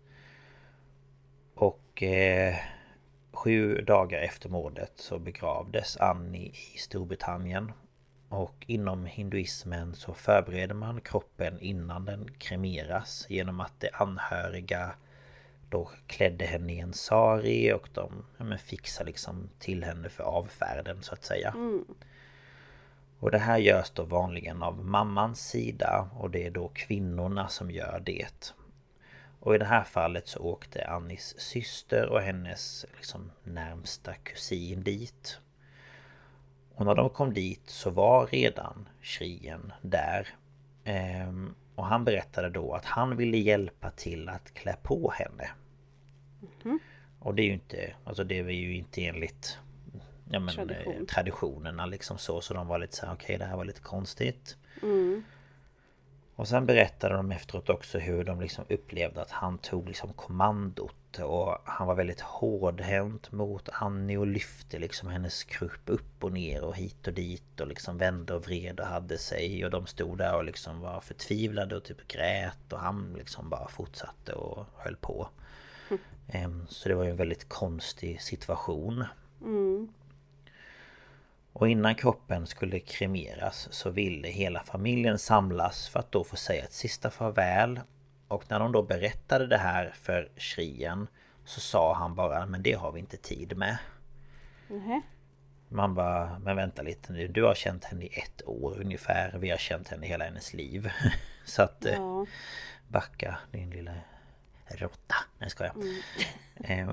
Och eh, sju dagar efter mordet så begravdes Annie i Storbritannien. Och inom hinduismen så förbereder man kroppen innan den kremeras genom att de anhöriga då klädde henne i en sari och de ja, men fixar liksom till henne för avfärden så att säga. Mm. Och det här görs då vanligen av mammans sida, och det är då kvinnorna som gör det. Och i det här fallet så åkte Annis syster och hennes liksom närmsta kusin dit. Och när de kom dit så var redan Shrien där. Ehm, och han berättade då att han ville hjälpa till att klä på henne. Mm. Och det är ju inte, alltså det var ju inte enligt ja men, Tradition. traditionerna liksom så. Så de var lite så här, okej okay, det här var lite konstigt. Mm. Och sen berättade de efteråt också hur de liksom upplevde att han tog liksom kommandot. Och han var väldigt hårdhänt mot Annie och lyfte liksom hennes kropp upp och ner och hit och dit. Och liksom vände och vred och hade sig. Och de stod där och liksom var förtvivlade och typ grät. Och han liksom bara fortsatte och höll på. Mm. Så det var ju en väldigt konstig situation. Mm. Och innan kroppen skulle kremeras så ville hela familjen samlas för att då få säga ett sista farväl. Och när de då berättade det här för Shrien så sa han bara, men det har vi inte tid med. Mm. Man bara, men vänta lite nu, du har känt henne i ett år ungefär, vi har känt henne hela hennes liv. Så att ja. Backa din lilla råtta. Nej, ska jag. Mm.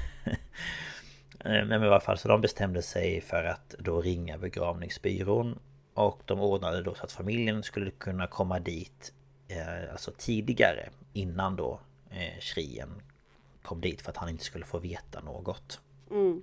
Men i alla fall så de bestämde sig för att då ringa begravningsbyrån. Och de ordnade då så att familjen skulle kunna komma dit eh, alltså tidigare innan då eh, Shrien kom dit för att han inte skulle få veta något. Mm.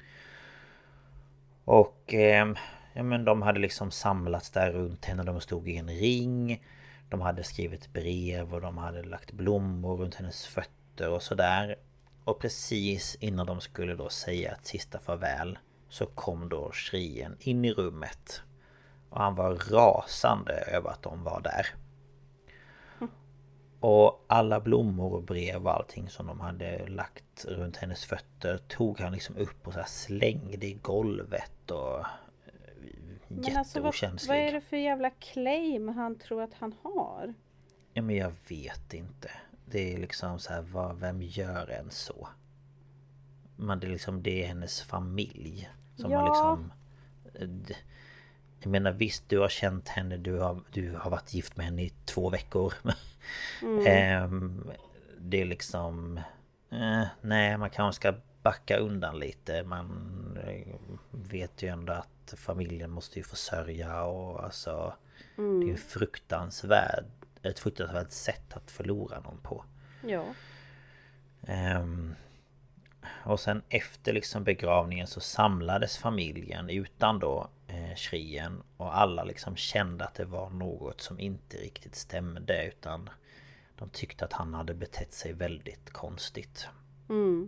Och eh, ja, men de hade liksom samlats där runt henne. De stod i en ring. De hade skrivit brev och de hade lagt blommor runt hennes fötter och sådär. Och precis innan de skulle då säga ett sista farväl så kom då Shrien in i rummet. Och han var rasande över att de var där. Mm. Och alla blommor och brev och allting som de hade lagt runt hennes fötter tog han liksom upp och så här slängde i golvet och men alltså vad, vad är det för jävla claim han tror att han har? Ja, men jag vet inte. Det är liksom så här, vad, vem gör en så? Men det är liksom, det är hennes familj som ja. har liksom... Jag menar visst, du har känt henne, du har, du har varit gift med henne i två veckor. Mm. Det är liksom... Eh, nej, man kanske ska backa undan lite. Man vet ju ändå att familjen måste ju försörja och alltså... Mm. Det är ju fruktansvärt. Ett fruktansvärt sätt att förlora någon på. Ja. Um, och sen efter liksom begravningen så samlades familjen utan då eh, Shrien. Och alla liksom kände att det var något som inte riktigt stämde. Utan de tyckte att han hade betett sig väldigt konstigt. Mm.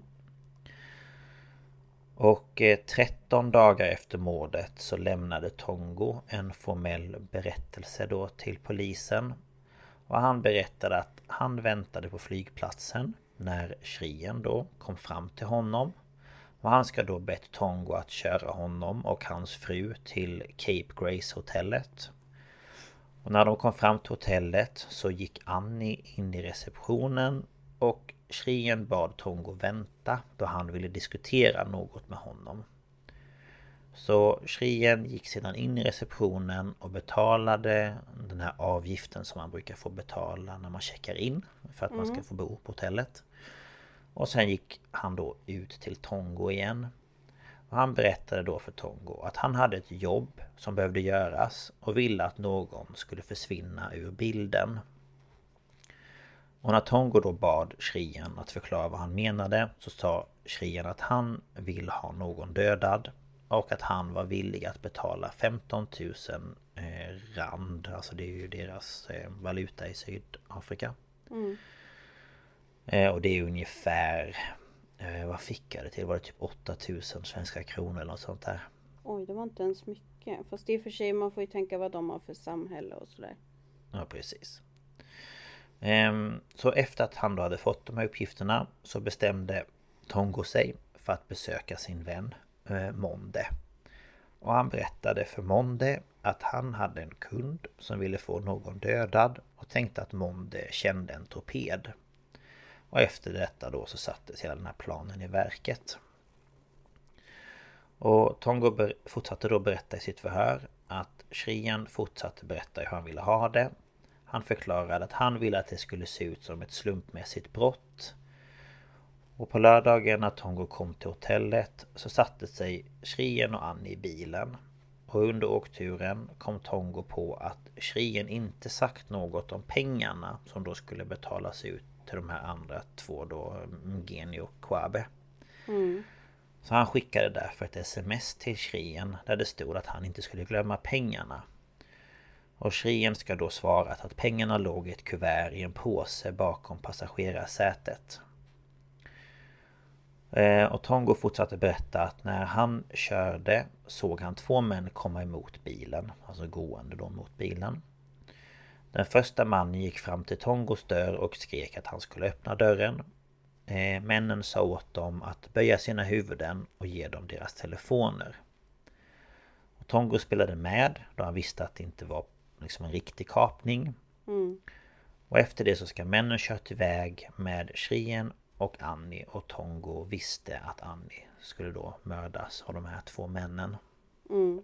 Och eh, tretton dagar efter mordet så lämnade Tongo en formell berättelse då till polisen. Och han berättade att han väntade på flygplatsen när Shrien då kom fram till honom. Och han ska då bett Tongo att köra honom och hans fru till Cape Grace hotellet. Och när de kom fram till hotellet så gick Annie in i receptionen och Shrien bad Tongo vänta då han ville diskutera något med honom. Så Shrien gick sedan in i receptionen och betalade den här avgiften som man brukar få betala när man checkar in för att mm. man ska få bo på hotellet. Och sen gick han då ut till Tongo igen. Och han berättade då för Tongo att han hade ett jobb som behövde göras och ville att någon skulle försvinna ur bilden. Och när Tongo då bad Shrien att förklara vad han menade så sa Shrien att han vill ha någon dödad. Och att han var villig att betala femton tusen eh, rand. Alltså det är ju deras eh, valuta i Sydafrika. Mm. Eh, och det är ungefär... Eh, vad fick jag det till? Var det typ åtta tusen svenska kronor eller något sånt där? Oj, det var inte ens mycket. Fast det är för sig, man får ju tänka vad de har för samhälle och sådär. Ja, precis. Eh, så efter att han då hade fått de här uppgifterna så bestämde Tongo sig för att besöka sin vän Monde. Och han berättade för Monde att han hade en kund som ville få någon dödad och tänkte att Monde kände en torped. Och efter detta då så sattes hela den här planen i verket. Och Tongo fortsatte då berätta i sitt förhör att Shrien fortsatte berätta hur han ville ha det. Han förklarade att han ville att det skulle se ut som ett slumpmässigt brott. Och på lördagen när Tongo kom till hotellet så satte sig Shrien och Annie i bilen. Och under åkturen kom Tongo på att Shrien inte sagt något om pengarna som då skulle betalas ut till de här andra två då, Mgeni och Kwabe. Mm. Så han skickade därför ett sms till Shrien där det stod att han inte skulle glömma pengarna. Och Shrien ska då svarat att pengarna låg i ett kuvert i en påse bakom passagerarsätet. Och Tongo fortsatte berätta att när han körde såg han två män komma emot bilen. Alltså gående då mot bilen. Den första mannen gick fram till Tongos dörr och skrek att han skulle öppna dörren. Männen sa åt dem att böja sina huvuden och ge dem deras telefoner. Och Tongo spelade med då han visste att det inte var liksom en riktig kapning. Mm. Och efter det så ska männen kört iväg med Shrien och Annie, och Tongo visste att Annie skulle då mördas av de här två männen. Mm.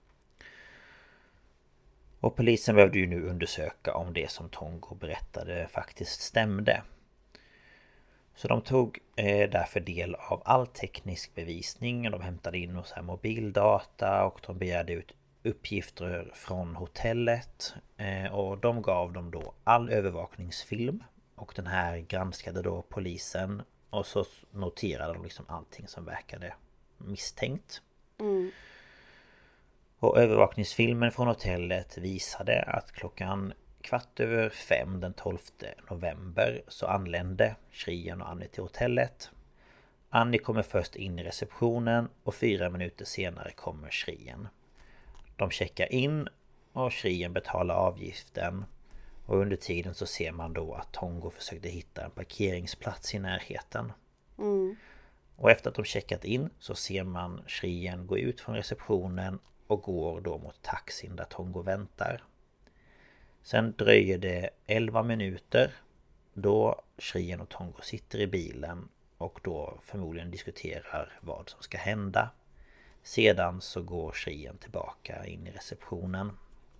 Och polisen behövde ju nu undersöka om det som Tongo berättade faktiskt stämde. Så de tog eh, därför del av all teknisk bevisning. De hämtade in och så här mobildata och de begärde ut uppgifter från hotellet. Eh, och de gav dem då all övervakningsfilm. Och den här granskade då polisen. Och så noterade de liksom allting som verkade misstänkt. Mm. Och övervakningsfilmen från hotellet visade att klockan kvart över fem den tolfte november så anlände Shrien och Annie till hotellet. Annie kommer först in i receptionen och fyra minuter senare kommer Shrien. De checkar in och Shrien betalar avgiften. Och under tiden så ser man då att Tongo försökte hitta en parkeringsplats i närheten. Mm. Och efter att de checkat in så ser man Shrien gå ut från receptionen och går då mot taxin där Tongo väntar. Sen dröjer det elva minuter då Shrien och Tongo sitter i bilen och då förmodligen diskuterar vad som ska hända. Sedan så går Shrien tillbaka in i receptionen.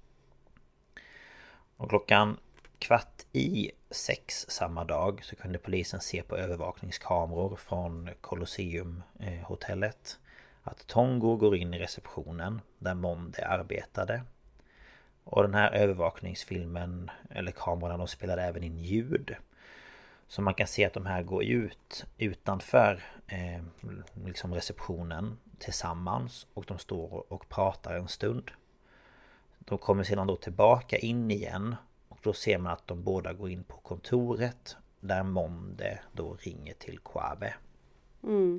Och klockan kvart i sex samma dag så kunde polisen se på övervakningskameror från Colosseum eh, hotellet att Tongo går in i receptionen där Monde arbetade. Och den här övervakningsfilmen eller kameran, de spelade även in ljud. Så man kan se att de här går ut utanför eh, liksom receptionen tillsammans och de står och pratar en stund. De kommer sedan då tillbaka in igen och då ser man att de båda går in på kontoret där Monde då ringer till Kwabe. Mm.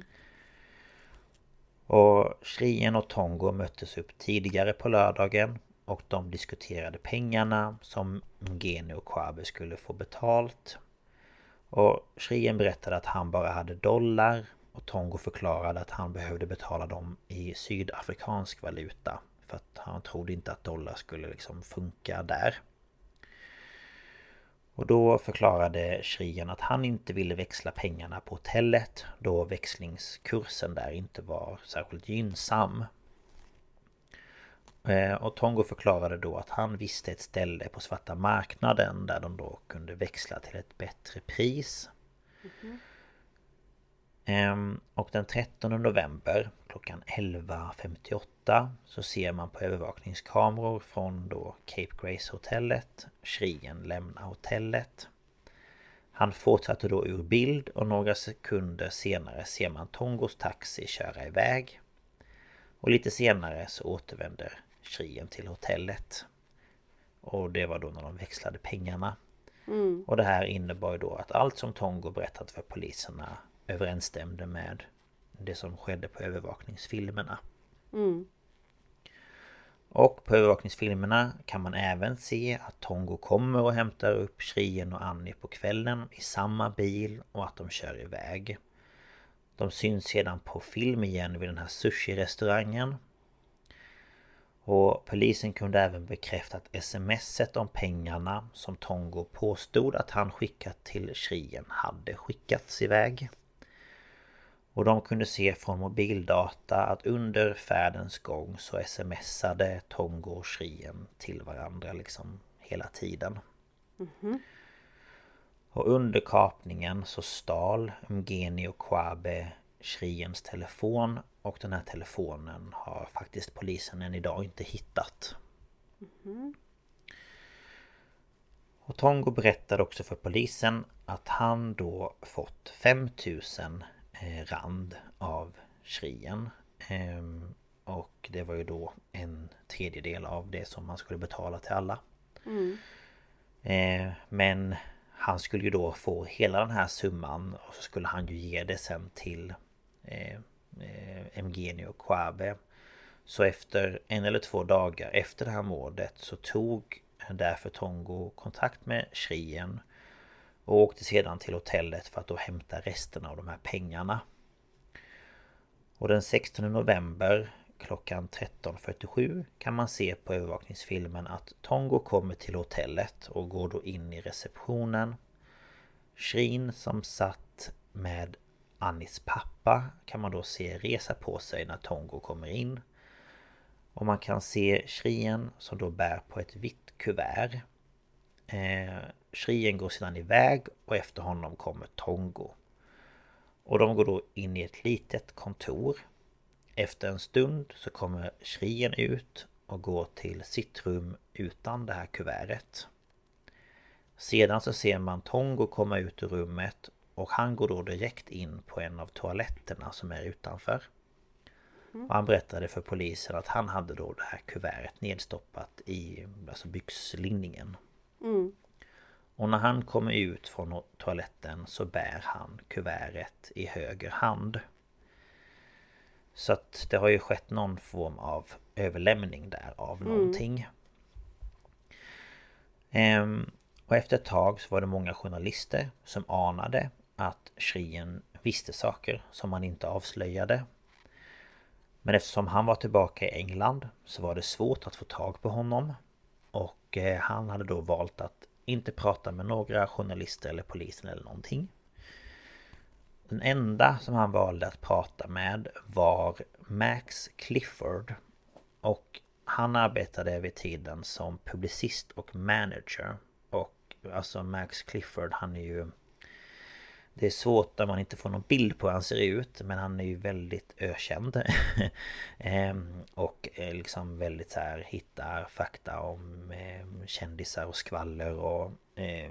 Och Shrien och Tongo möttes upp tidigare på lördagen och de diskuterade pengarna som Mgeni och Kwabe skulle få betalt. Och Shrien berättade att han bara hade dollar och Tongo förklarade att han behövde betala dem i sydafrikansk valuta. För att han trodde inte att dollar skulle liksom funka där. Och då förklarade Shrien att han inte ville växla pengarna på hotellet då växlingskursen där inte var särskilt gynnsam. Och Tongo förklarade då att han visste ett ställe på svarta marknaden där de då kunde växla till ett bättre pris. Mm-hmm. Och den trettonde november klockan elva femtioåtta så ser man på övervakningskameror från då Cape Grace hotellet Shrien lämna hotellet. Han fortsatte då ur bild och några sekunder senare ser man Tongos taxi köra iväg. Och lite senare så återvänder Shrien till hotellet. Och det var då när de växlade pengarna. Mm. Och det här innebar då att allt som Tongo berättat för poliserna överensstämde med det som skedde på övervakningsfilmerna. Mm. Och på övervakningsfilmerna kan man även se att Tongo kommer och hämtar upp Shrien och Annie på kvällen i samma bil och att de kör iväg. De syns sedan på film igen vid den här sushi-restaurangen. Och polisen kunde även bekräfta att smset om pengarna som Tongo påstod att han skickat till Shrien hade skickats iväg. Och de kunde se från mobildata att under färdens gång så smsade Tongo och Shrien till varandra liksom hela tiden. Mm-hmm. Och under kapningen så stal Mgeni och Kwabe Shriens telefon och den här telefonen har faktiskt polisen än idag inte hittat. Mm-hmm. Och Tongo berättade också för polisen att han då fått fem tusen rand av Shrien. Och det var ju då en tredjedel av det som man skulle betala till alla. Mm. Eh, men han skulle ju då få hela den här summan och så skulle han ju ge det sen till eh, eh, Emgenio Quabe. Så efter en eller två dagar efter det här mordet så tog därför Tongo kontakt med Shrien och åkte sedan till hotellet för att då hämta resten av de här pengarna. Och den sextonde november klockan tretton fyrtiosju kan man se på övervakningsfilmen att Tongo kommer till hotellet och går då in i receptionen. Shrien som satt med Annis pappa kan man då se resa på sig när Tongo kommer in. Och man kan se Shrien som då bär på ett vitt kuvert. Eh, Shrien går sedan iväg och efter honom kommer Tongo. Och de går då in i ett litet kontor. Efter en stund så kommer Shrien ut och går till sitt rum utan det här kuvertet. Sedan så ser man Tongo komma ut ur rummet och han går då direkt in på en av toaletterna som är utanför. Och han berättade för polisen att han hade då det här kuvertet nedstoppat i alltså byxlinningen. Mm. Och när han kommer ut från toaletten så bär han kuvertet i höger hand. Så att det har ju skett någon form av överlämning där av mm. någonting. Ehm, och efter ett tag så var det många journalister som anade att Shrien visste saker som han inte avslöjade. Men eftersom han var tillbaka i England så var det svårt att få tag på honom. Och eh, han hade då valt att inte prata med några journalister eller polisen eller någonting. Den enda som han valde att prata med var Max Clifford. Och han arbetade vid tiden som publicist och manager. Och alltså Max Clifford, han är ju... Det är svårt när man inte får någon bild på hur han ser ut. Men han är ju väldigt ökänd. ehm, och liksom väldigt så här hittar fakta om eh, kändisar och skvaller och... Eh,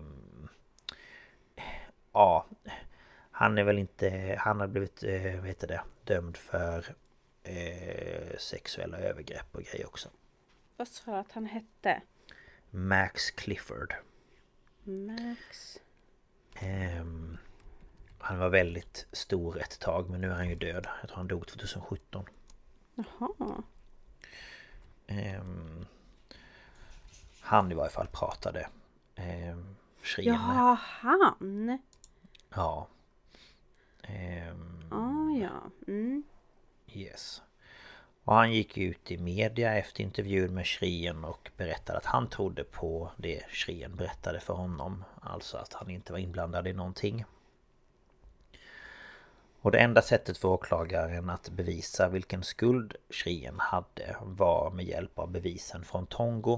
ja... Han är väl inte... Han har blivit, eh, vad heter det, dömd för eh, sexuella övergrepp och grejer också. Vad sa du att han hette? Max Clifford. Max... Eh, han var väldigt stor ett tag, men nu är han ju död. Jag tror han dog tjugosjutton. Jaha. Eh, han i varje fall pratade. Eh, Shrien. Ja, han! Ja. Ehm, ah, ja. Mm. Yes. Och han gick ut i media efter intervjun med Shrien och berättade att han trodde på det Shrien berättade för honom. Alltså att han inte var inblandad i någonting. Och det enda sättet för åklagaren att bevisa vilken skuld Shrien hade var med hjälp av bevisen från Tongo.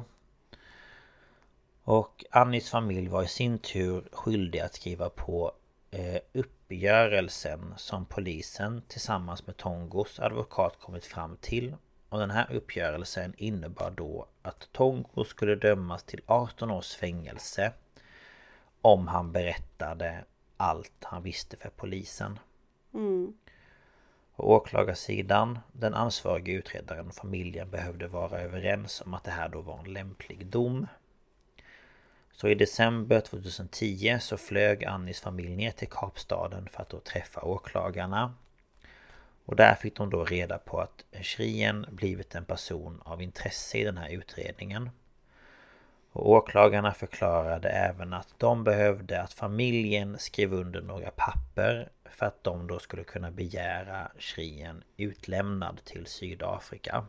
Och Annis familj var i sin tur skyldig att skriva på eh, uppgörelsen som polisen tillsammans med Tongos advokat kommit fram till. Och den här uppgörelsen innebar då att Tongo skulle dömas till arton års fängelse om han berättade allt han visste för polisen. Mm. Och åklagarsidan, den ansvariga utredaren och familjen behövde vara överens om att det här då var en lämplig dom. Så i december tjugohundratio så flög Annis familj ner till Kapstaden för att då träffa åklagarna. Och där fick de då reda på att Shrien blivit en person av intresse i den här utredningen. Och åklagarna förklarade även att de behövde att familjen skrev under några papper för att de då skulle kunna begära Shrien utlämnad till Sydafrika.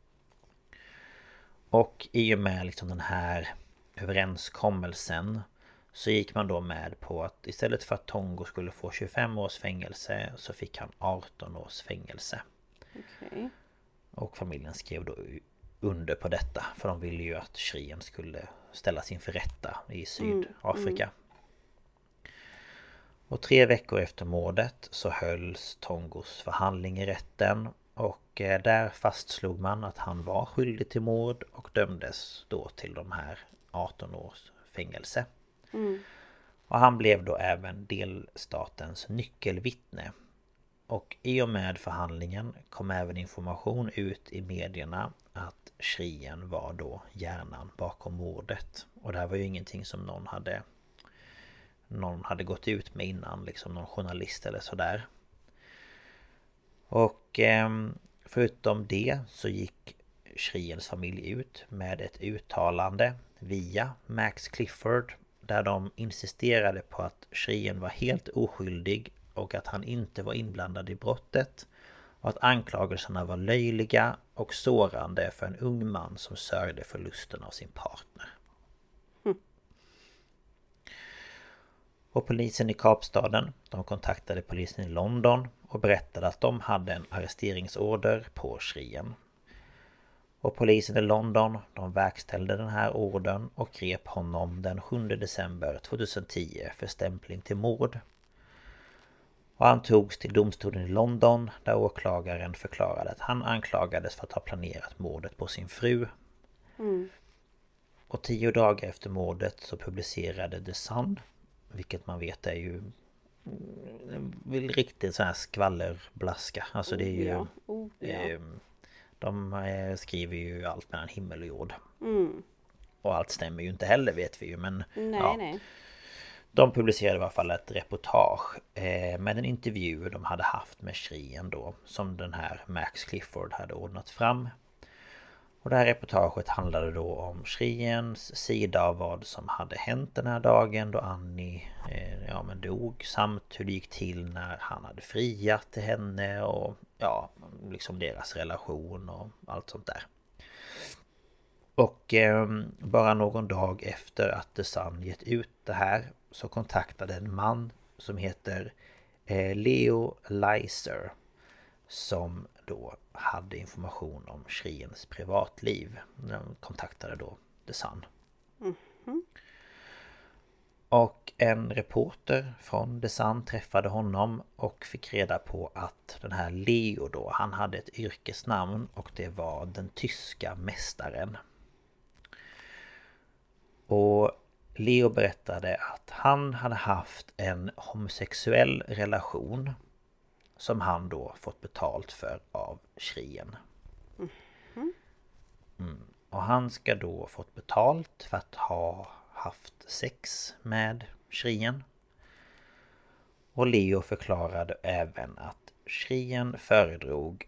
Och i och med liksom den här överenskommelsen så gick man då med på att istället för att Tongo skulle få tjugofem års fängelse så fick han arton års fängelse. Okay. Och familjen skrev då under på detta för de ville ju att Shrien skulle ställas inför rätta i Sydafrika. Mm, mm. Och tre veckor efter mordet så hölls Tongos förhandling i rätten och där fastslog man att han var skyldig till mord och dömdes då till de här arton års fängelse. Mm. Och han blev då även delstatens nyckelvittne. Och i och med förhandlingen kom även information ut i medierna att Shrien var då hjärnan bakom mordet. Och det här var ju ingenting som någon hade någon hade gått ut med innan, liksom någon journalist eller sådär. Och eh, förutom det så gick Shriens familj ut med ett uttalande via Max Clifford där de insisterade på att Shrien var helt oskyldig och att han inte var inblandad i brottet och att anklagelserna var löjliga och sårande för en ung man som sörjde förlusten av sin partner. Mm. Och polisen i Kapstaden, de kontaktade polisen i London och berättade att de hade en arresteringsorder på Shrien. Och polisen i London, de verkställde den här ordern och grep honom den sjunde december tjugohundratio för stämpling till mord. Och han togs till domstolen i London där åklagaren förklarade att han anklagades för att ha planerat mordet på sin fru. Mm. Och tio dagar efter mordet så publicerade The Sun, vilket man vet är ju vill riktigt så här skvallerblaska. Alltså det är ju... Oh, ja. Oh, ja. Eh, de skriver ju allt mellan himmel och jord. Mm. Och allt stämmer ju inte heller, vet vi ju. Men nej, ja, nej. De publicerade i alla fall ett reportage eh, med en intervju de hade haft med Shrien då, som den här Max Clifford hade ordnat fram. Och det här reportaget handlade då om Shriens sida av vad som hade hänt den här dagen då Annie eh, ja, men dog, samt hur det gick till när han hade friat till henne och ja, liksom deras relation och allt sånt där. Och eh, bara någon dag efter att The Sun gett ut det här så kontaktade en man som heter eh, Leo Leiser som då hade information om Shriens privatliv. De kontaktade då The Sun. Mm-hmm. Och en reporter från The Sun träffade honom och fick reda på att den här Leo då, han hade ett yrkesnamn och det var den tyska mästaren. Och Leo berättade att han hade haft en homosexuell relation som han då fått betalt för av Shrien. Mm-hmm. Mm. Och han ska då fått betalt för att ha haft sex med Shrien. Och Leo förklarade även att Shrien föredrog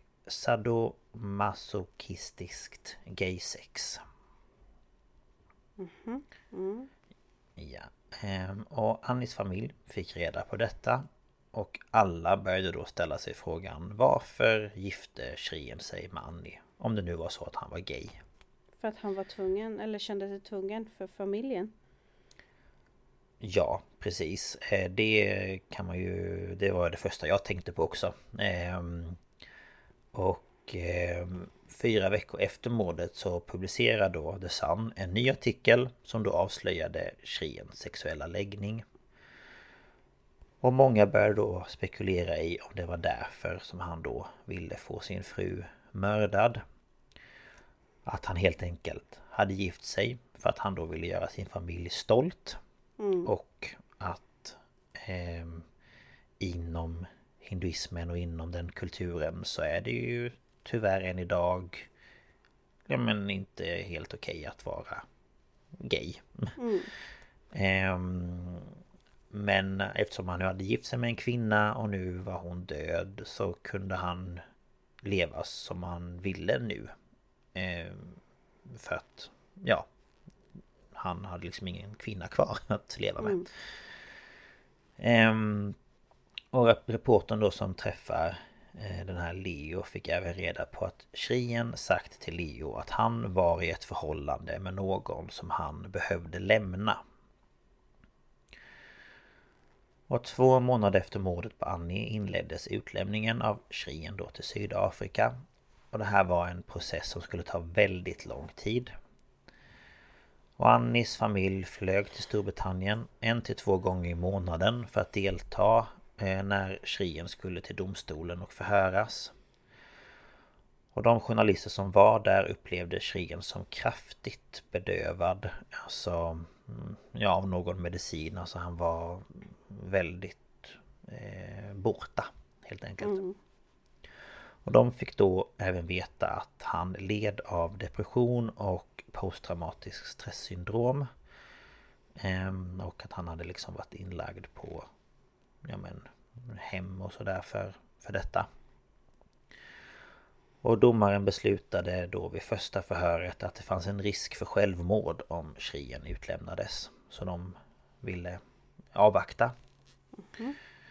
sadomasochistiskt gaysex. Mm-hmm. Mm. Ja. Och Annis familj fick reda på detta. Och alla började då ställa sig frågan: varför gifte Shrien sig med Annie? Om det nu var så att han var gay. För att han var tvungen, eller kände sig tvungen för familjen. Ja, precis. Det kan man ju... Det var det första jag tänkte på också. Och fyra veckor efter mordet så publicerade då The Sun en ny artikel som då avslöjade Shriens sexuella läggning. Och många började då spekulera i om det var därför som han då ville få sin fru mördad. Att han helt enkelt hade gift sig för att han då ville göra sin familj stolt. Mm. Och att eh, inom hinduismen och inom den kulturen så är det ju tyvärr än idag ja, men inte helt okej att vara gay. Mm. eh, Men eftersom han nu hade gift sig med en kvinna och nu var hon död så kunde han leva som han ville nu. Eh, för att, ja, han hade liksom ingen kvinna kvar att leva med. Mm. Eh, och reportern då som träffar eh, den här Leo fick även reda på att Shrien sagt till Leo att han var i ett förhållande med någon som han behövde lämna. Och två månader efter mordet på Annie inleddes utlämningen av Shrien då till Sydafrika. Och det här var en process som skulle ta väldigt lång tid. Och Annies familj flög till Storbritannien en till två gånger i månaden för att delta när Shrien skulle till domstolen och förhöras. Och de journalister som var där upplevde Shrien som kraftigt bedövad. Alltså, ja, av någon medicin. Alltså han var väldigt eh, borta helt enkelt. Mm. Och de fick då även veta att han led av depression och posttraumatisk stresssyndrom. Ehm, och att han hade liksom varit inlagd på ja men, hem och sådär för, för detta. Och domaren beslutade då vid första förhöret att det fanns en risk för självmord om Shrien utlämnades. Så de ville avvakta. Mm.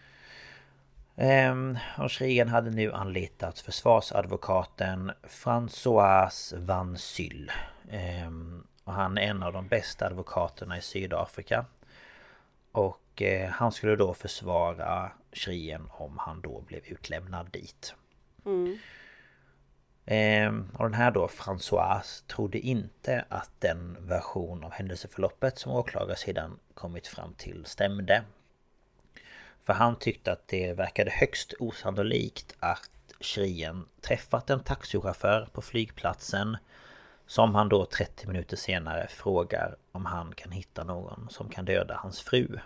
Ehm, och Shrien hade nu anlitat försvarsadvokaten François van Zyl. Ehm, och han är en av de bästa advokaterna i Sydafrika. Och eh, han skulle då försvara Shrien om han då blev utlämnad dit. Mm. Ehm, och den här då, François, trodde inte att den version av händelseförloppet som åklagarsidan kommit fram till stämde. För han tyckte att det verkade högst osannolikt att Shrien träffat en taxichaufför på flygplatsen som han då trettio minuter senare frågar om han kan hitta någon som kan döda hans fru.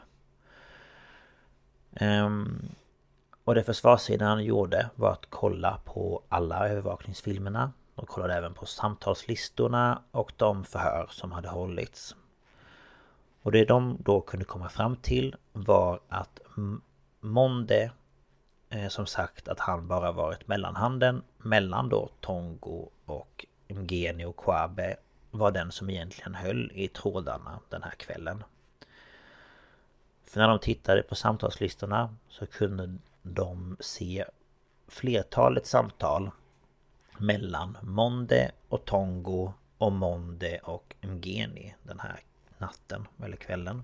Ehm, och det försvarssidan gjorde var att kolla på alla övervakningsfilmerna. Och kollade även på samtalslistorna och de förhör som hade hållits. Och det de då kunde komma fram till var att Monde, eh, som sagt att han bara varit mellanhanden mellan då Tongo och Mgeni och Kwabe, var den som egentligen höll i trådarna den här kvällen. För när de tittade på samtalslistorna så kunde de se flertalet samtal mellan Monde och Tongo och Monde och Mgeni den här natten eller kvällen.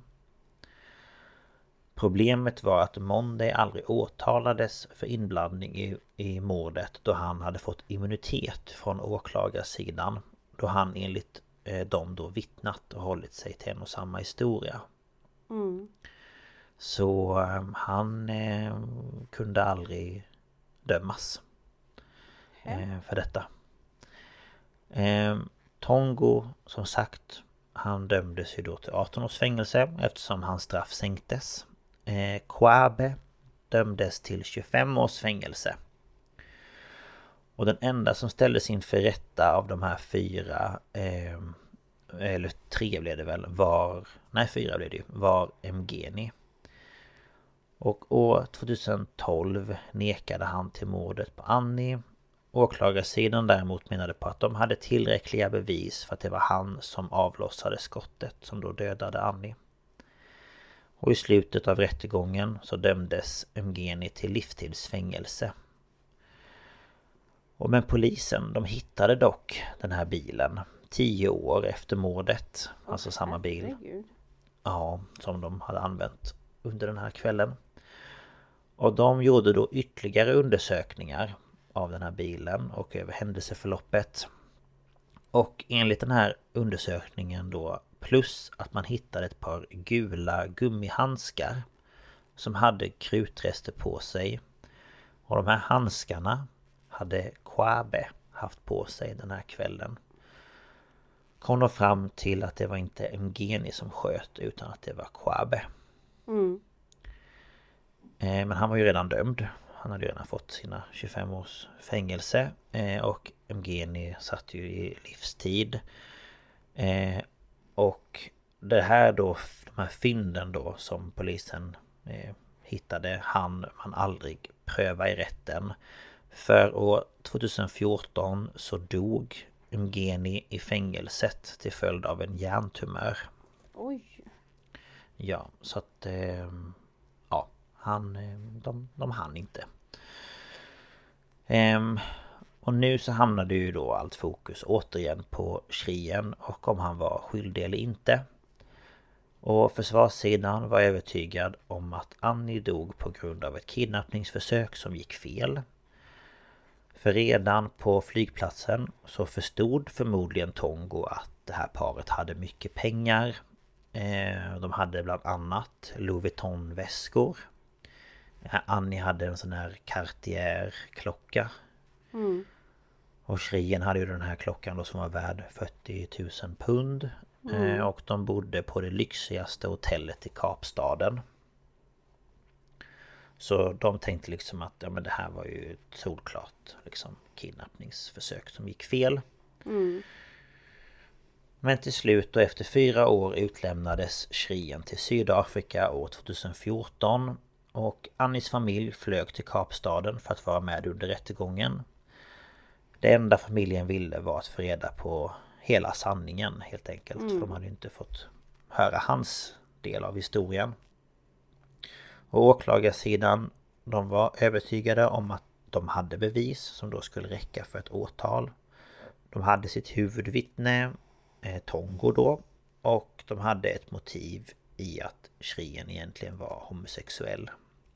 Problemet var att Monde aldrig åtalades för inblandning i, i mordet då han hade fått immunitet från åklagarsidan. Då han enligt eh, dem då vittnat och hållit sig till en och samma historia. Mm. Så eh, han eh, kunde aldrig dömas eh, för detta. Eh, Tongo, som sagt, han dömdes ju då till arton års fängelse eftersom hans straff sänktes. Eh, Kwabe dömdes till tjugofem års fängelse. Och den enda som ställdes inför rätta av de här fyra, eh, eller tre blev det väl, var, nej fyra blev det ju, var Mgeni. Och år tjugotolv nekade han till mordet på Annie. Åklagarsidan däremot menade på att de hade tillräckliga bevis för att det var han som avlossade skottet som då dödade Annie. Och i slutet av rättegången så dömdes Mgeni till livstidsfängelse. Och men polisen, de hittade dock den här bilen tio år efter mordet. Oh, alltså samma bil. Herregud. Ja, som de hade använt under den här kvällen. Och de gjorde då ytterligare undersökningar av den här bilen och över händelseförloppet. Och enligt den här undersökningen då, plus att man hittade ett par gula gummihandskar som hade krutrester på sig. Och de här handskarna hade Kwabe haft på sig den här kvällen. Kom de fram till att det var inte Mgeni som sköt utan att det var Kwabe. Mm. Men han var ju redan dömd. Han hade ju redan fått sina tjugofem års fängelse. Och Mgeni satt ju i livstid. Och det här då, de här fynden då som polisen hittade, hann man aldrig pröva i rätten. För år tjugofjorton så dog Mgeni i fängelset till följd av en hjärntumör. Oj. Ja, så att ja, han, de, de hann inte. Ehm, och nu så hamnade ju då allt fokus återigen på Shrien och om han var skyldig eller inte. Och försvarssidan var övertygad om att Annie dog på grund av ett kidnappningsförsök som gick fel. För redan på flygplatsen så förstod förmodligen Tongo att det här paret hade mycket pengar. De hade bland annat Louis Vuitton-väskor. Annie hade en sån här Cartier-klocka. Mm. Och Shrien hade ju den här klockan då som var värd fyrtio tusen pund. Mm. Och de bodde på det lyxigaste hotellet i Kapstaden. Så de tänkte liksom att ja, men det här var ju ett solklart liksom, kidnappningsförsök som gick fel. Mm. Men till slut och efter fyra år utlämnades Shrien till Sydafrika år tjugohundrafjorton. Och Annies familj flög till Kapstaden för att vara med under rättegången. Det enda familjen ville var att få reda på hela sanningen helt enkelt. Mm. För de hade inte fått höra hans del av historien. Och åklagarsidan, de var övertygade om att de hade bevis som då skulle räcka för ett åtal. De hade sitt huvudvittne, eh, Tongo då. Och de hade ett motiv i att Shrien egentligen var homosexuell.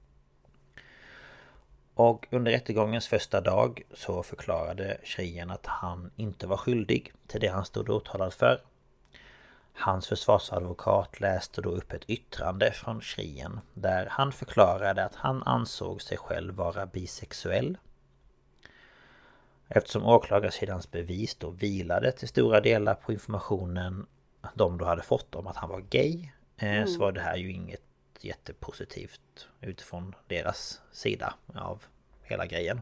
Och under rättegångens första dag så förklarade Shrien att han inte var skyldig till det han stod åtalad för. Hans försvarsadvokat läste då upp ett yttrande från Shrien där han förklarade att han ansåg sig själv vara bisexuell. Eftersom åklagarsidans bevis då vilade till stora delar på informationen de då hade fått om att han var gay, mm. så var det här ju inget jättepositivt utifrån deras sida av hela grejen.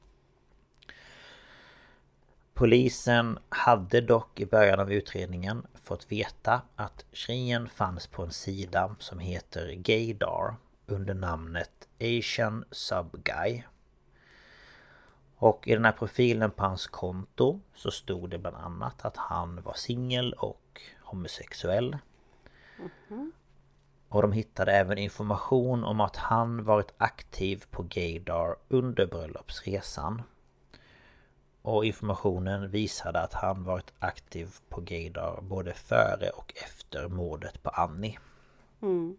Polisen hade dock i början av utredningen fått veta att Shrien fanns på en sida som heter Gaydar under namnet Asian Subguy. Och i den här profilen på hans konto så stod det bland annat att han var singel och homosexuell. Mm-hmm. Och de hittade även information om att han varit aktiv på Gaydar under bröllopsresan. Och informationen visade att han varit aktiv på Gaydar både före och efter mordet på Annie. Mm.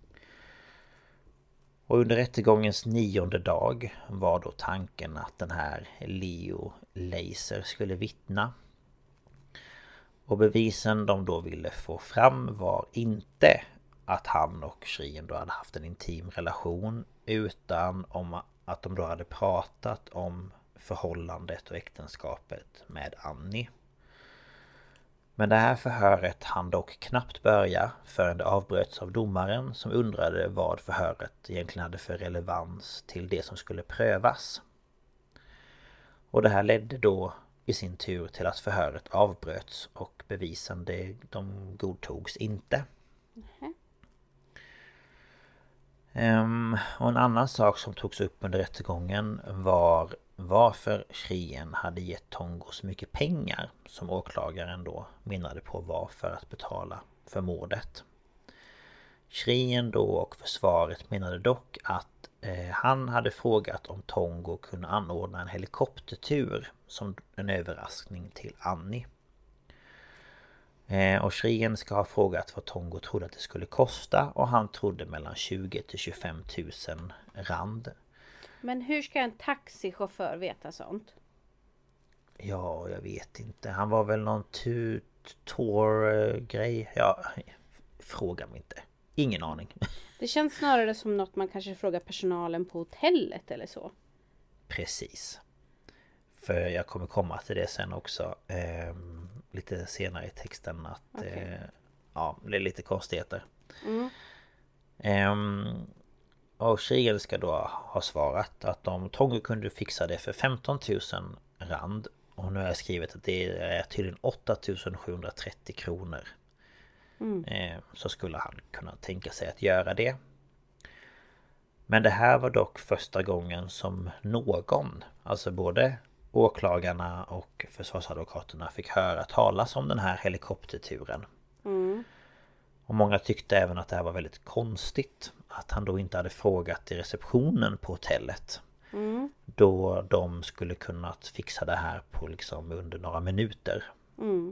Och under rättegångens nionde dag var då tanken att den här Leo Laser skulle vittna. Och bevisen de då ville få fram var inte att han och Shrien då hade haft en intim relation, utan om att de då hade pratat om förhållandet och äktenskapet med Annie. Men det här förhöret hann dock knappt börja förrän det avbröts av domaren som undrade vad förhöret egentligen hade för relevans till det som skulle prövas. Och det här ledde då i sin tur till att förhöret avbröts och bevisen det, de godtogs inte. Mm. Um, och en annan sak som togs upp under rättegången var varför Shrien hade gett Tongo så mycket pengar som åklagaren då menade på var för att betala för mordet. Shrien då och försvaret menade dock att eh, han hade frågat om Tongo kunde anordna en helikoptertur som en överraskning till Annie. Eh, och Shrien ska ha frågat vad Tongo trodde att det skulle kosta och han trodde mellan tjugo till tjugofem tusen rand. Men hur ska en taxichaufför veta sånt? Ja, jag vet inte. Han var väl någon tour-grej. Ja, fråga mig inte. Ingen aning. Det känns snarare som något man kanske frågar personalen på hotellet eller så. Precis. För jag kommer komma till det sen också. Eh, lite senare i texten att okay. eh, ja, det är lite konstigheter. Mm. Eh, Och Shrien ska då ha svarat att om Tongo kunde fixa det för femton tusen rand. Och nu har jag skrivit att det är tydligen åtta tusen sjuhundratrettio kronor. Mm. Eh, så skulle han kunna tänka sig att göra det. Men det här var dock första gången som någon, alltså både åklagarna och försvarsadvokaterna fick höra talas om den här helikopterturen. Mm. Och många tyckte även att det här var väldigt konstigt. Att han då inte hade frågat i receptionen på hotellet. Mm. Då de skulle kunnat fixa det här på liksom under några minuter. Mm.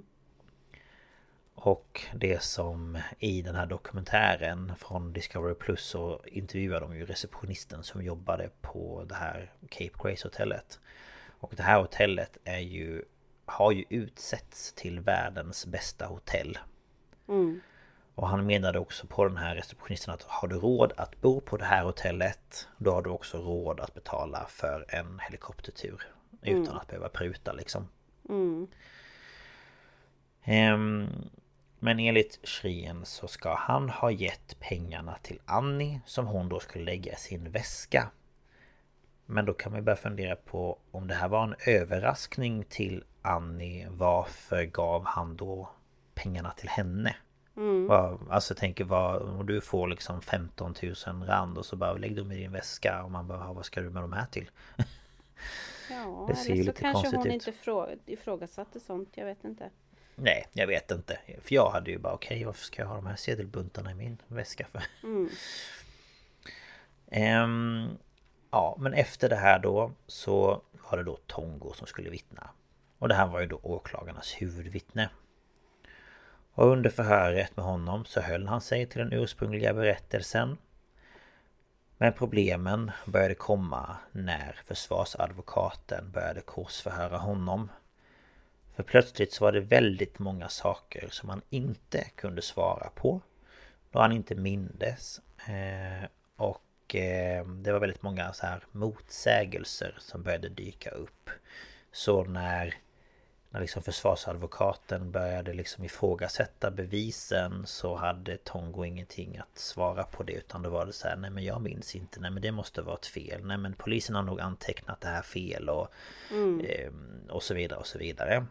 Och det som i den här dokumentären från Discovery Plus så intervjuade de ju receptionisten som jobbade på det här Cape Grace hotellet. Och det här hotellet är ju, har ju utsetts till världens bästa hotell. Mm. Och han menade också på den här receptionisten att har du råd att bo på det här hotellet, då har du också råd att betala för en helikoptertur. Utan mm. att behöva pruta liksom. Mm. Ehm, Men enligt Shrien så ska han ha gett pengarna till Annie som hon då skulle lägga i sin väska. Men då kan man börja fundera på om det här var en överraskning till Annie. Varför gav han då pengarna till henne? Mm. Alltså jag tänker vad, om du får liksom femton tusen rand och så bara lägg dem i din väska och man bara, vad ska du med dem här till? Ja, det ser eller så lite kanske hon ut. Inte frå- ifrågasatte sånt, jag vet inte. Nej, jag vet inte. För jag hade ju bara, okej, okay, varför ska jag ha de här sedelbuntarna i min väska för? Mm. um, ja, men efter det här då så var det då Tongo som skulle vittna. Och det här var ju då åklagarnas huvudvittne. Och under förhöret med honom så höll han sig till den ursprungliga berättelsen. Men problemen började komma när försvarsadvokaten började korsförhöra honom. För plötsligt så var det väldigt många saker som han inte kunde svara på. Då han inte mindes. Eh, och eh, det var väldigt många så här motsägelser som började dyka upp. Så när, när liksom försvarsadvokaten började liksom ifrågasätta bevisen så hade Tongo ingenting att svara på det. Utan då var det så här, nej men jag minns inte, nej men det måste vara ett fel. Nej men polisen har nog antecknat det här fel och, mm. eh, och så vidare och så vidare.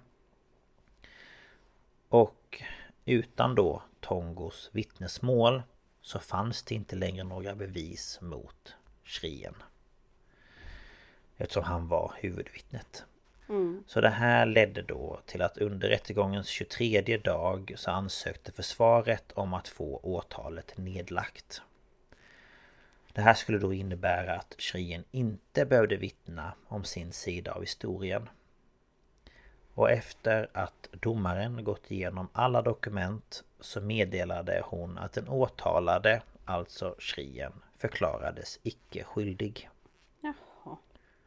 Och utan då Tongos vittnesmål så fanns det inte längre några bevis mot Shrien. Eftersom han var huvudvittnet. Mm. Så det här ledde då till att under rättegångens tjugotredje dag så ansökte försvaret om att få åtalet nedlagt. Det här skulle då innebära att Shrien inte behövde vittna om sin sida av historien. Och efter att domaren gått igenom alla dokument så meddelade hon att den åtalade, alltså Shrien, förklarades icke skyldig. Jaha.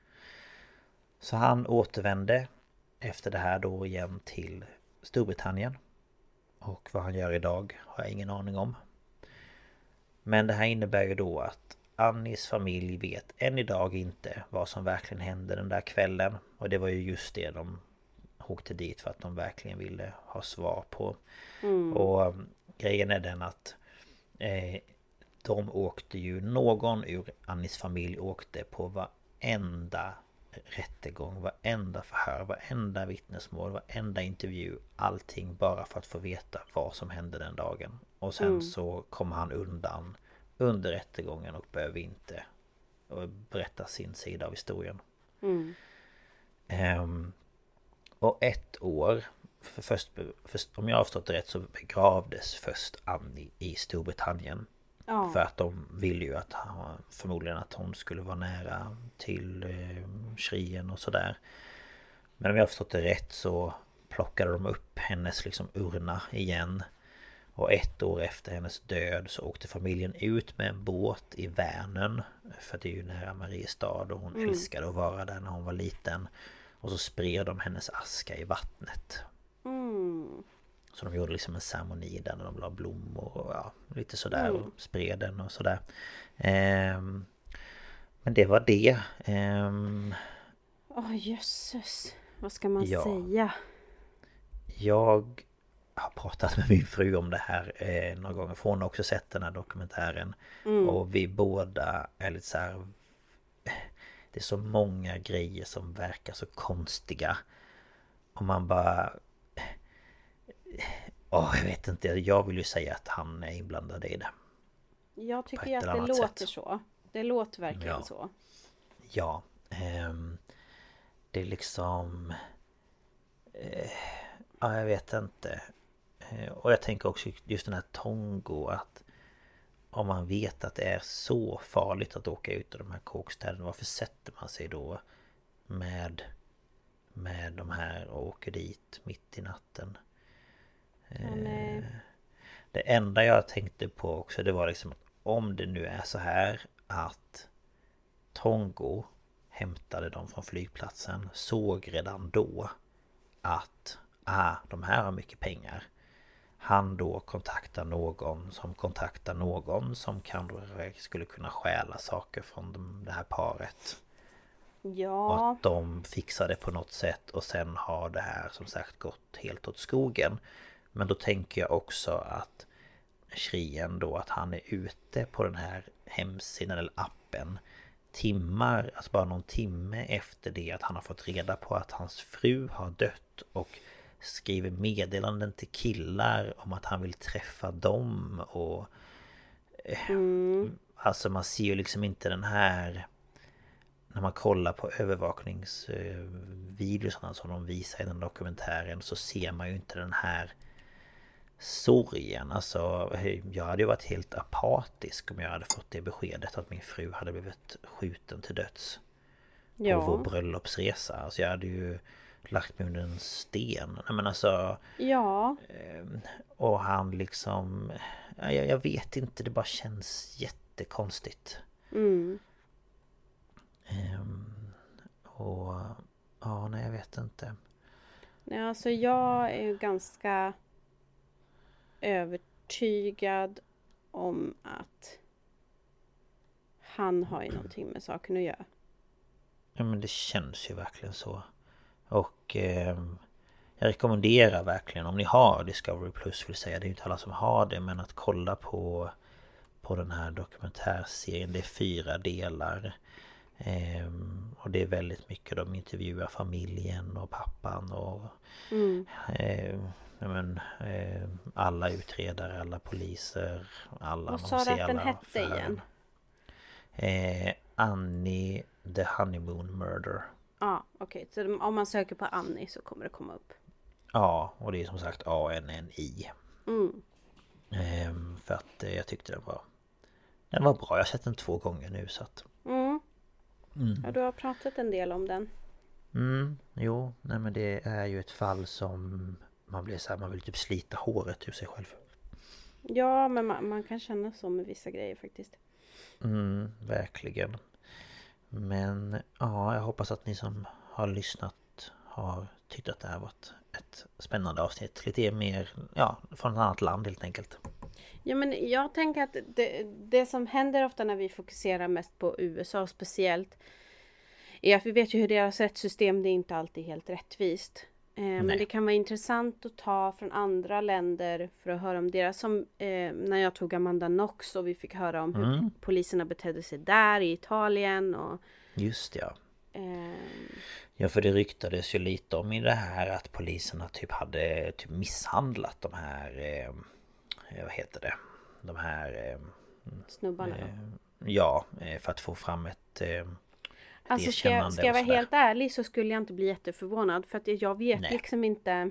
Så han återvände efter det här då igen till Storbritannien. Och vad han gör idag har jag ingen aning om. Men det här innebär ju då att Annies familj vet än idag inte vad som verkligen hände den där kvällen. Och det var ju just det de åkte dit för att de verkligen ville ha svar på. Mm. Och um, grejen är den att eh, de åkte ju, någon ur Annies familj åkte på varenda rättegång, varenda förhör, varenda vittnesmål, varenda intervju, allting bara för att få veta vad som hände den dagen. Och sen mm. så kom han undan under rättegången och behöver inte berätta sin sida av historien. Mm. Um, och ett år för först, först, om jag har förstått det rätt så begravdes först Annie i Storbritannien. Ja. För att de ville ju att förmodligen att hon skulle vara nära till eh, Shrien och sådär. Men om jag har förstått det rätt så plockade de upp hennes liksom urna igen. Och ett år efter hennes död så åkte familjen ut med en båt i Vänern. För det är ju nära Mariestad och hon mm. älskade att vara där när hon var liten. Och så spred de hennes aska i vattnet. Mm. Så de gjorde liksom en ceremoni där de la blommor och ja, lite sådär mm. och spred den och sådär. Ehm, men det var det. Ehm, Åh oh, jösses, vad ska man ja. säga? Jag har pratat med min fru om det här eh, några gånger. För hon har också sett den här dokumentären. Mm. Och vi båda är lite så här... Det är så många grejer som verkar så konstiga. Och man bara... Åh, jag vet inte. Jag vill ju säga att han är inblandad i det. Jag tycker ju att det låter sätt. så. Det låter verkligen ja. så. Ja. Um, det är liksom... Uh, ja, jag vet inte. Uh, och jag tänker också just den här Tongo att om man vet att det är så farligt att åka ut ur de här kåkstäderna, varför sätter man sig då med, med de här och åker dit mitt i natten? Mm. Det enda jag tänkte på också, det var liksom att om det nu är så här att Tongo hämtade dem från flygplatsen, såg redan då att ah, de här har mycket pengar. Han då kontaktar någon som kontaktar någon som kan då, skulle kunna stjäla saker från det här paret. Ja. Och att de fixar det på något sätt och sen har det här som sagt gått helt åt skogen. Men då tänker jag också att Shrien då, att han är ute på den här hemsidan eller appen timmar, alltså bara någon timme efter det att han har fått reda på att hans fru har dött, och skriver meddelanden till killar om att han vill träffa dem. Och mm. Alltså man ser ju liksom inte den här, när man kollar på övervakningsvideorna som de visar i den dokumentären, så ser man ju inte den här sorgen. Alltså jag hade ju varit helt apatisk om jag hade fått det beskedet att min fru hade blivit skjuten till döds ja. på vår bröllopsresa. Alltså jag hade ju lagt mig under en sten. Men alltså ja. Och han liksom, jag, jag vet inte, det bara känns jättekonstigt. Mm. Um, och ja, nej jag vet inte. Nej, alltså jag är ju ganska övertygad om att han har ju någonting med saken att göra. Ja, men det känns ju verkligen så. Och eh, jag rekommenderar verkligen, om ni har Discovery Plus, vill säga, det är ju inte alla som har det, men att kolla på på den här dokumentärserien. Det är fyra delar. Eh, och det är väldigt mycket, de intervjuar familjen och pappan och mm. eh, men, eh, alla utredare, alla poliser, alla. Vad sa du att den hette förhör. igen? Eh, Annie the Honeymoon Murder. Ja, ah, okej. Okay. Så om man söker på Annie så kommer det komma upp. Ja, och det är som sagt A N N I. Mm. Eh, för att eh, jag tyckte den var Den var bra, jag har sett den två gånger nu så att... Mm. Mm. Ja, du har pratat en del om den. Mm, jo, nej men det är ju ett fall som man blir så här, man vill typ slita håret ur sig själv. Ja, men man, man kan känna så med vissa grejer faktiskt. Mm, verkligen. Men ja, jag hoppas att ni som har lyssnat har tyckt att det här varit ett spännande avsnitt. Lite mer, ja, från ett annat land helt enkelt. Ja, men jag tänker att det, det som händer ofta när vi fokuserar mest på U S A speciellt är att vi vet ju hur deras rättssystem, det är inte alltid helt rättvist. Eh, men det kan vara intressant att ta från andra länder för att höra om deras, som eh, när jag tog Amanda Knox och vi fick höra om hur mm. poliserna betedde sig där i Italien. Och, just ja. Eh, ja, för det ryktades ju lite om i det här att poliserna typ hade typ misshandlat de här, eh, vad heter det? De här... Eh, snubbarna. Eh, ja, för att få fram ett... Eh, Alltså ska jag, ska jag vara helt ärlig så skulle jag inte bli jätteförvånad. För att jag vet Nej. liksom inte...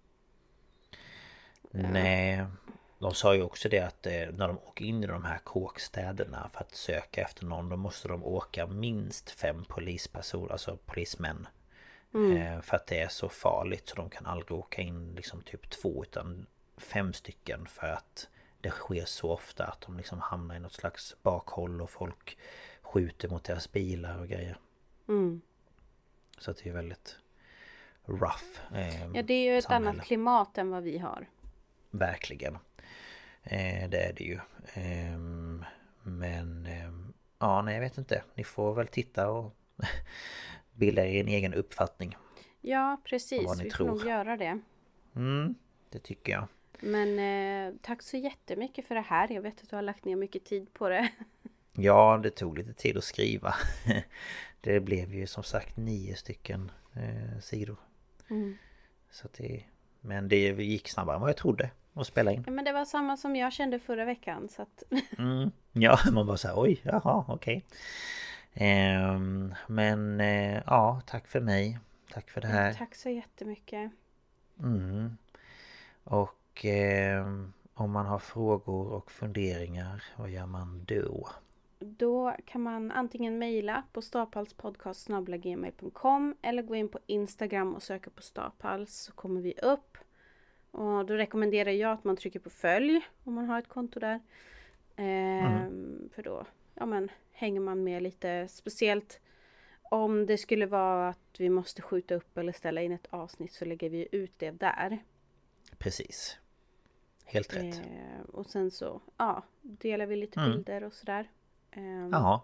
Nej, de sa ju också det att eh, när de åker in i de här kåkstäderna för att söka efter någon, då måste de åka minst fem polispersoner, alltså polismän. Mm. Eh, för att det är så farligt så de kan aldrig åka in liksom typ två utan fem stycken, för att det sker så ofta att de liksom hamnar i något slags bakhåll och folk skjuter mot deras bilar och grejer. Mm. Så det är väldigt rough. Eh, ja, det är ju ett samhälle. Annat klimat än vad vi har. Verkligen. Eh, det är det ju. Eh, men eh, ja, nej jag vet inte. Ni får väl titta och bilda er en egen uppfattning. Ja, precis. Vi tror. får nog göra det. Mm, det tycker jag. Men eh, tack så jättemycket för det här. Jag vet att du har lagt ner mycket tid på det. Ja, det tog lite tid att skriva. Det blev ju som sagt nio stycken eh, sidor. Mm. Så det, men det gick snabbare än vad jag trodde att spela in. Ja, men det var samma som jag kände förra veckan. Så att... mm. Ja, man bara såhär, oj, jaha, okej. Okay. Eh, men eh, ja, tack för mig. Tack för det här. Ja, tack så jättemycket. Mm. Och eh, om man har frågor och funderingar, vad gör man då? Då kan man antingen mejla på staphalspodcast snabel-a gmail punkt com eller gå in på Instagram och söka på Staphals, så kommer vi upp. Och då rekommenderar jag att man trycker på följ om man har ett konto där. Ehm, mm. För då ja, men, hänger man med lite, speciellt om det skulle vara att vi måste skjuta upp eller ställa in ett avsnitt, så lägger vi ut det där. Precis. Helt rätt. Ehm, och sen så ja, delar vi lite mm. bilder och sådär. Um, ja.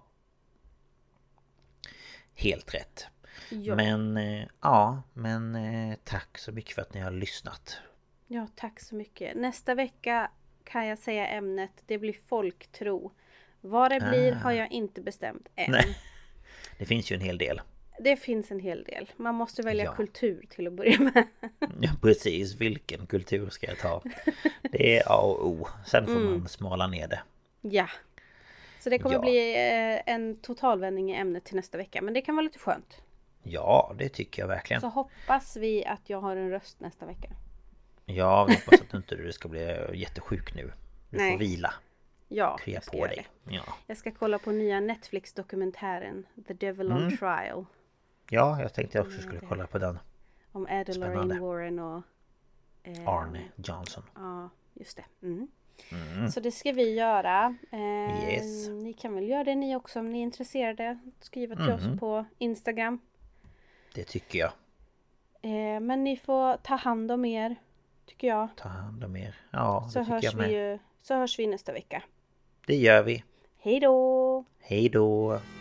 Helt rätt. Ja. Men eh, ja, men eh, tack så mycket för att ni har lyssnat Ja, tack så mycket. Nästa vecka kan jag säga ämnet. Det blir folktro. Vad det blir Ah. har jag inte bestämt än. Nej. Det finns ju en hel del. Det finns en hel del. Man måste välja Ja. kultur till att börja med. Ja, precis. Vilken kultur ska jag ta? Det är A och O. Sen får Mm. man smala ner det. Ja. Så det kommer Ja. bli eh, en totalvändning i ämnet till nästa vecka. Men det kan vara lite skönt. Ja, det tycker jag verkligen. Så hoppas vi att jag har en röst nästa vecka. Ja, vi hoppas att inte du ska bli jättesjuk nu. Du Nej. får vila. Ja, Krya jag ska på göra dig. det. Ja. Jag ska kolla på nya Netflix-dokumentären The Devil on Mm. Trial. ja, jag tänkte jag också skulle det. kolla på den. Om Ed och Spännande. Lorraine Warren och... eh, Arne Johnson. Ja, just det. Mm. Mm. Så det ska vi göra. Eh, Yes. Ni kan väl göra det ni också om ni är intresserade. Skriva till Mhm. oss på Instagram. Det tycker jag. Eh, men ni får ta hand om er, tycker jag. Ta hand om er. Ja, Så det tycker hörs, jag med. vi ju, så hörs vi nästa vecka. Det gör vi. Hej då! Hej då!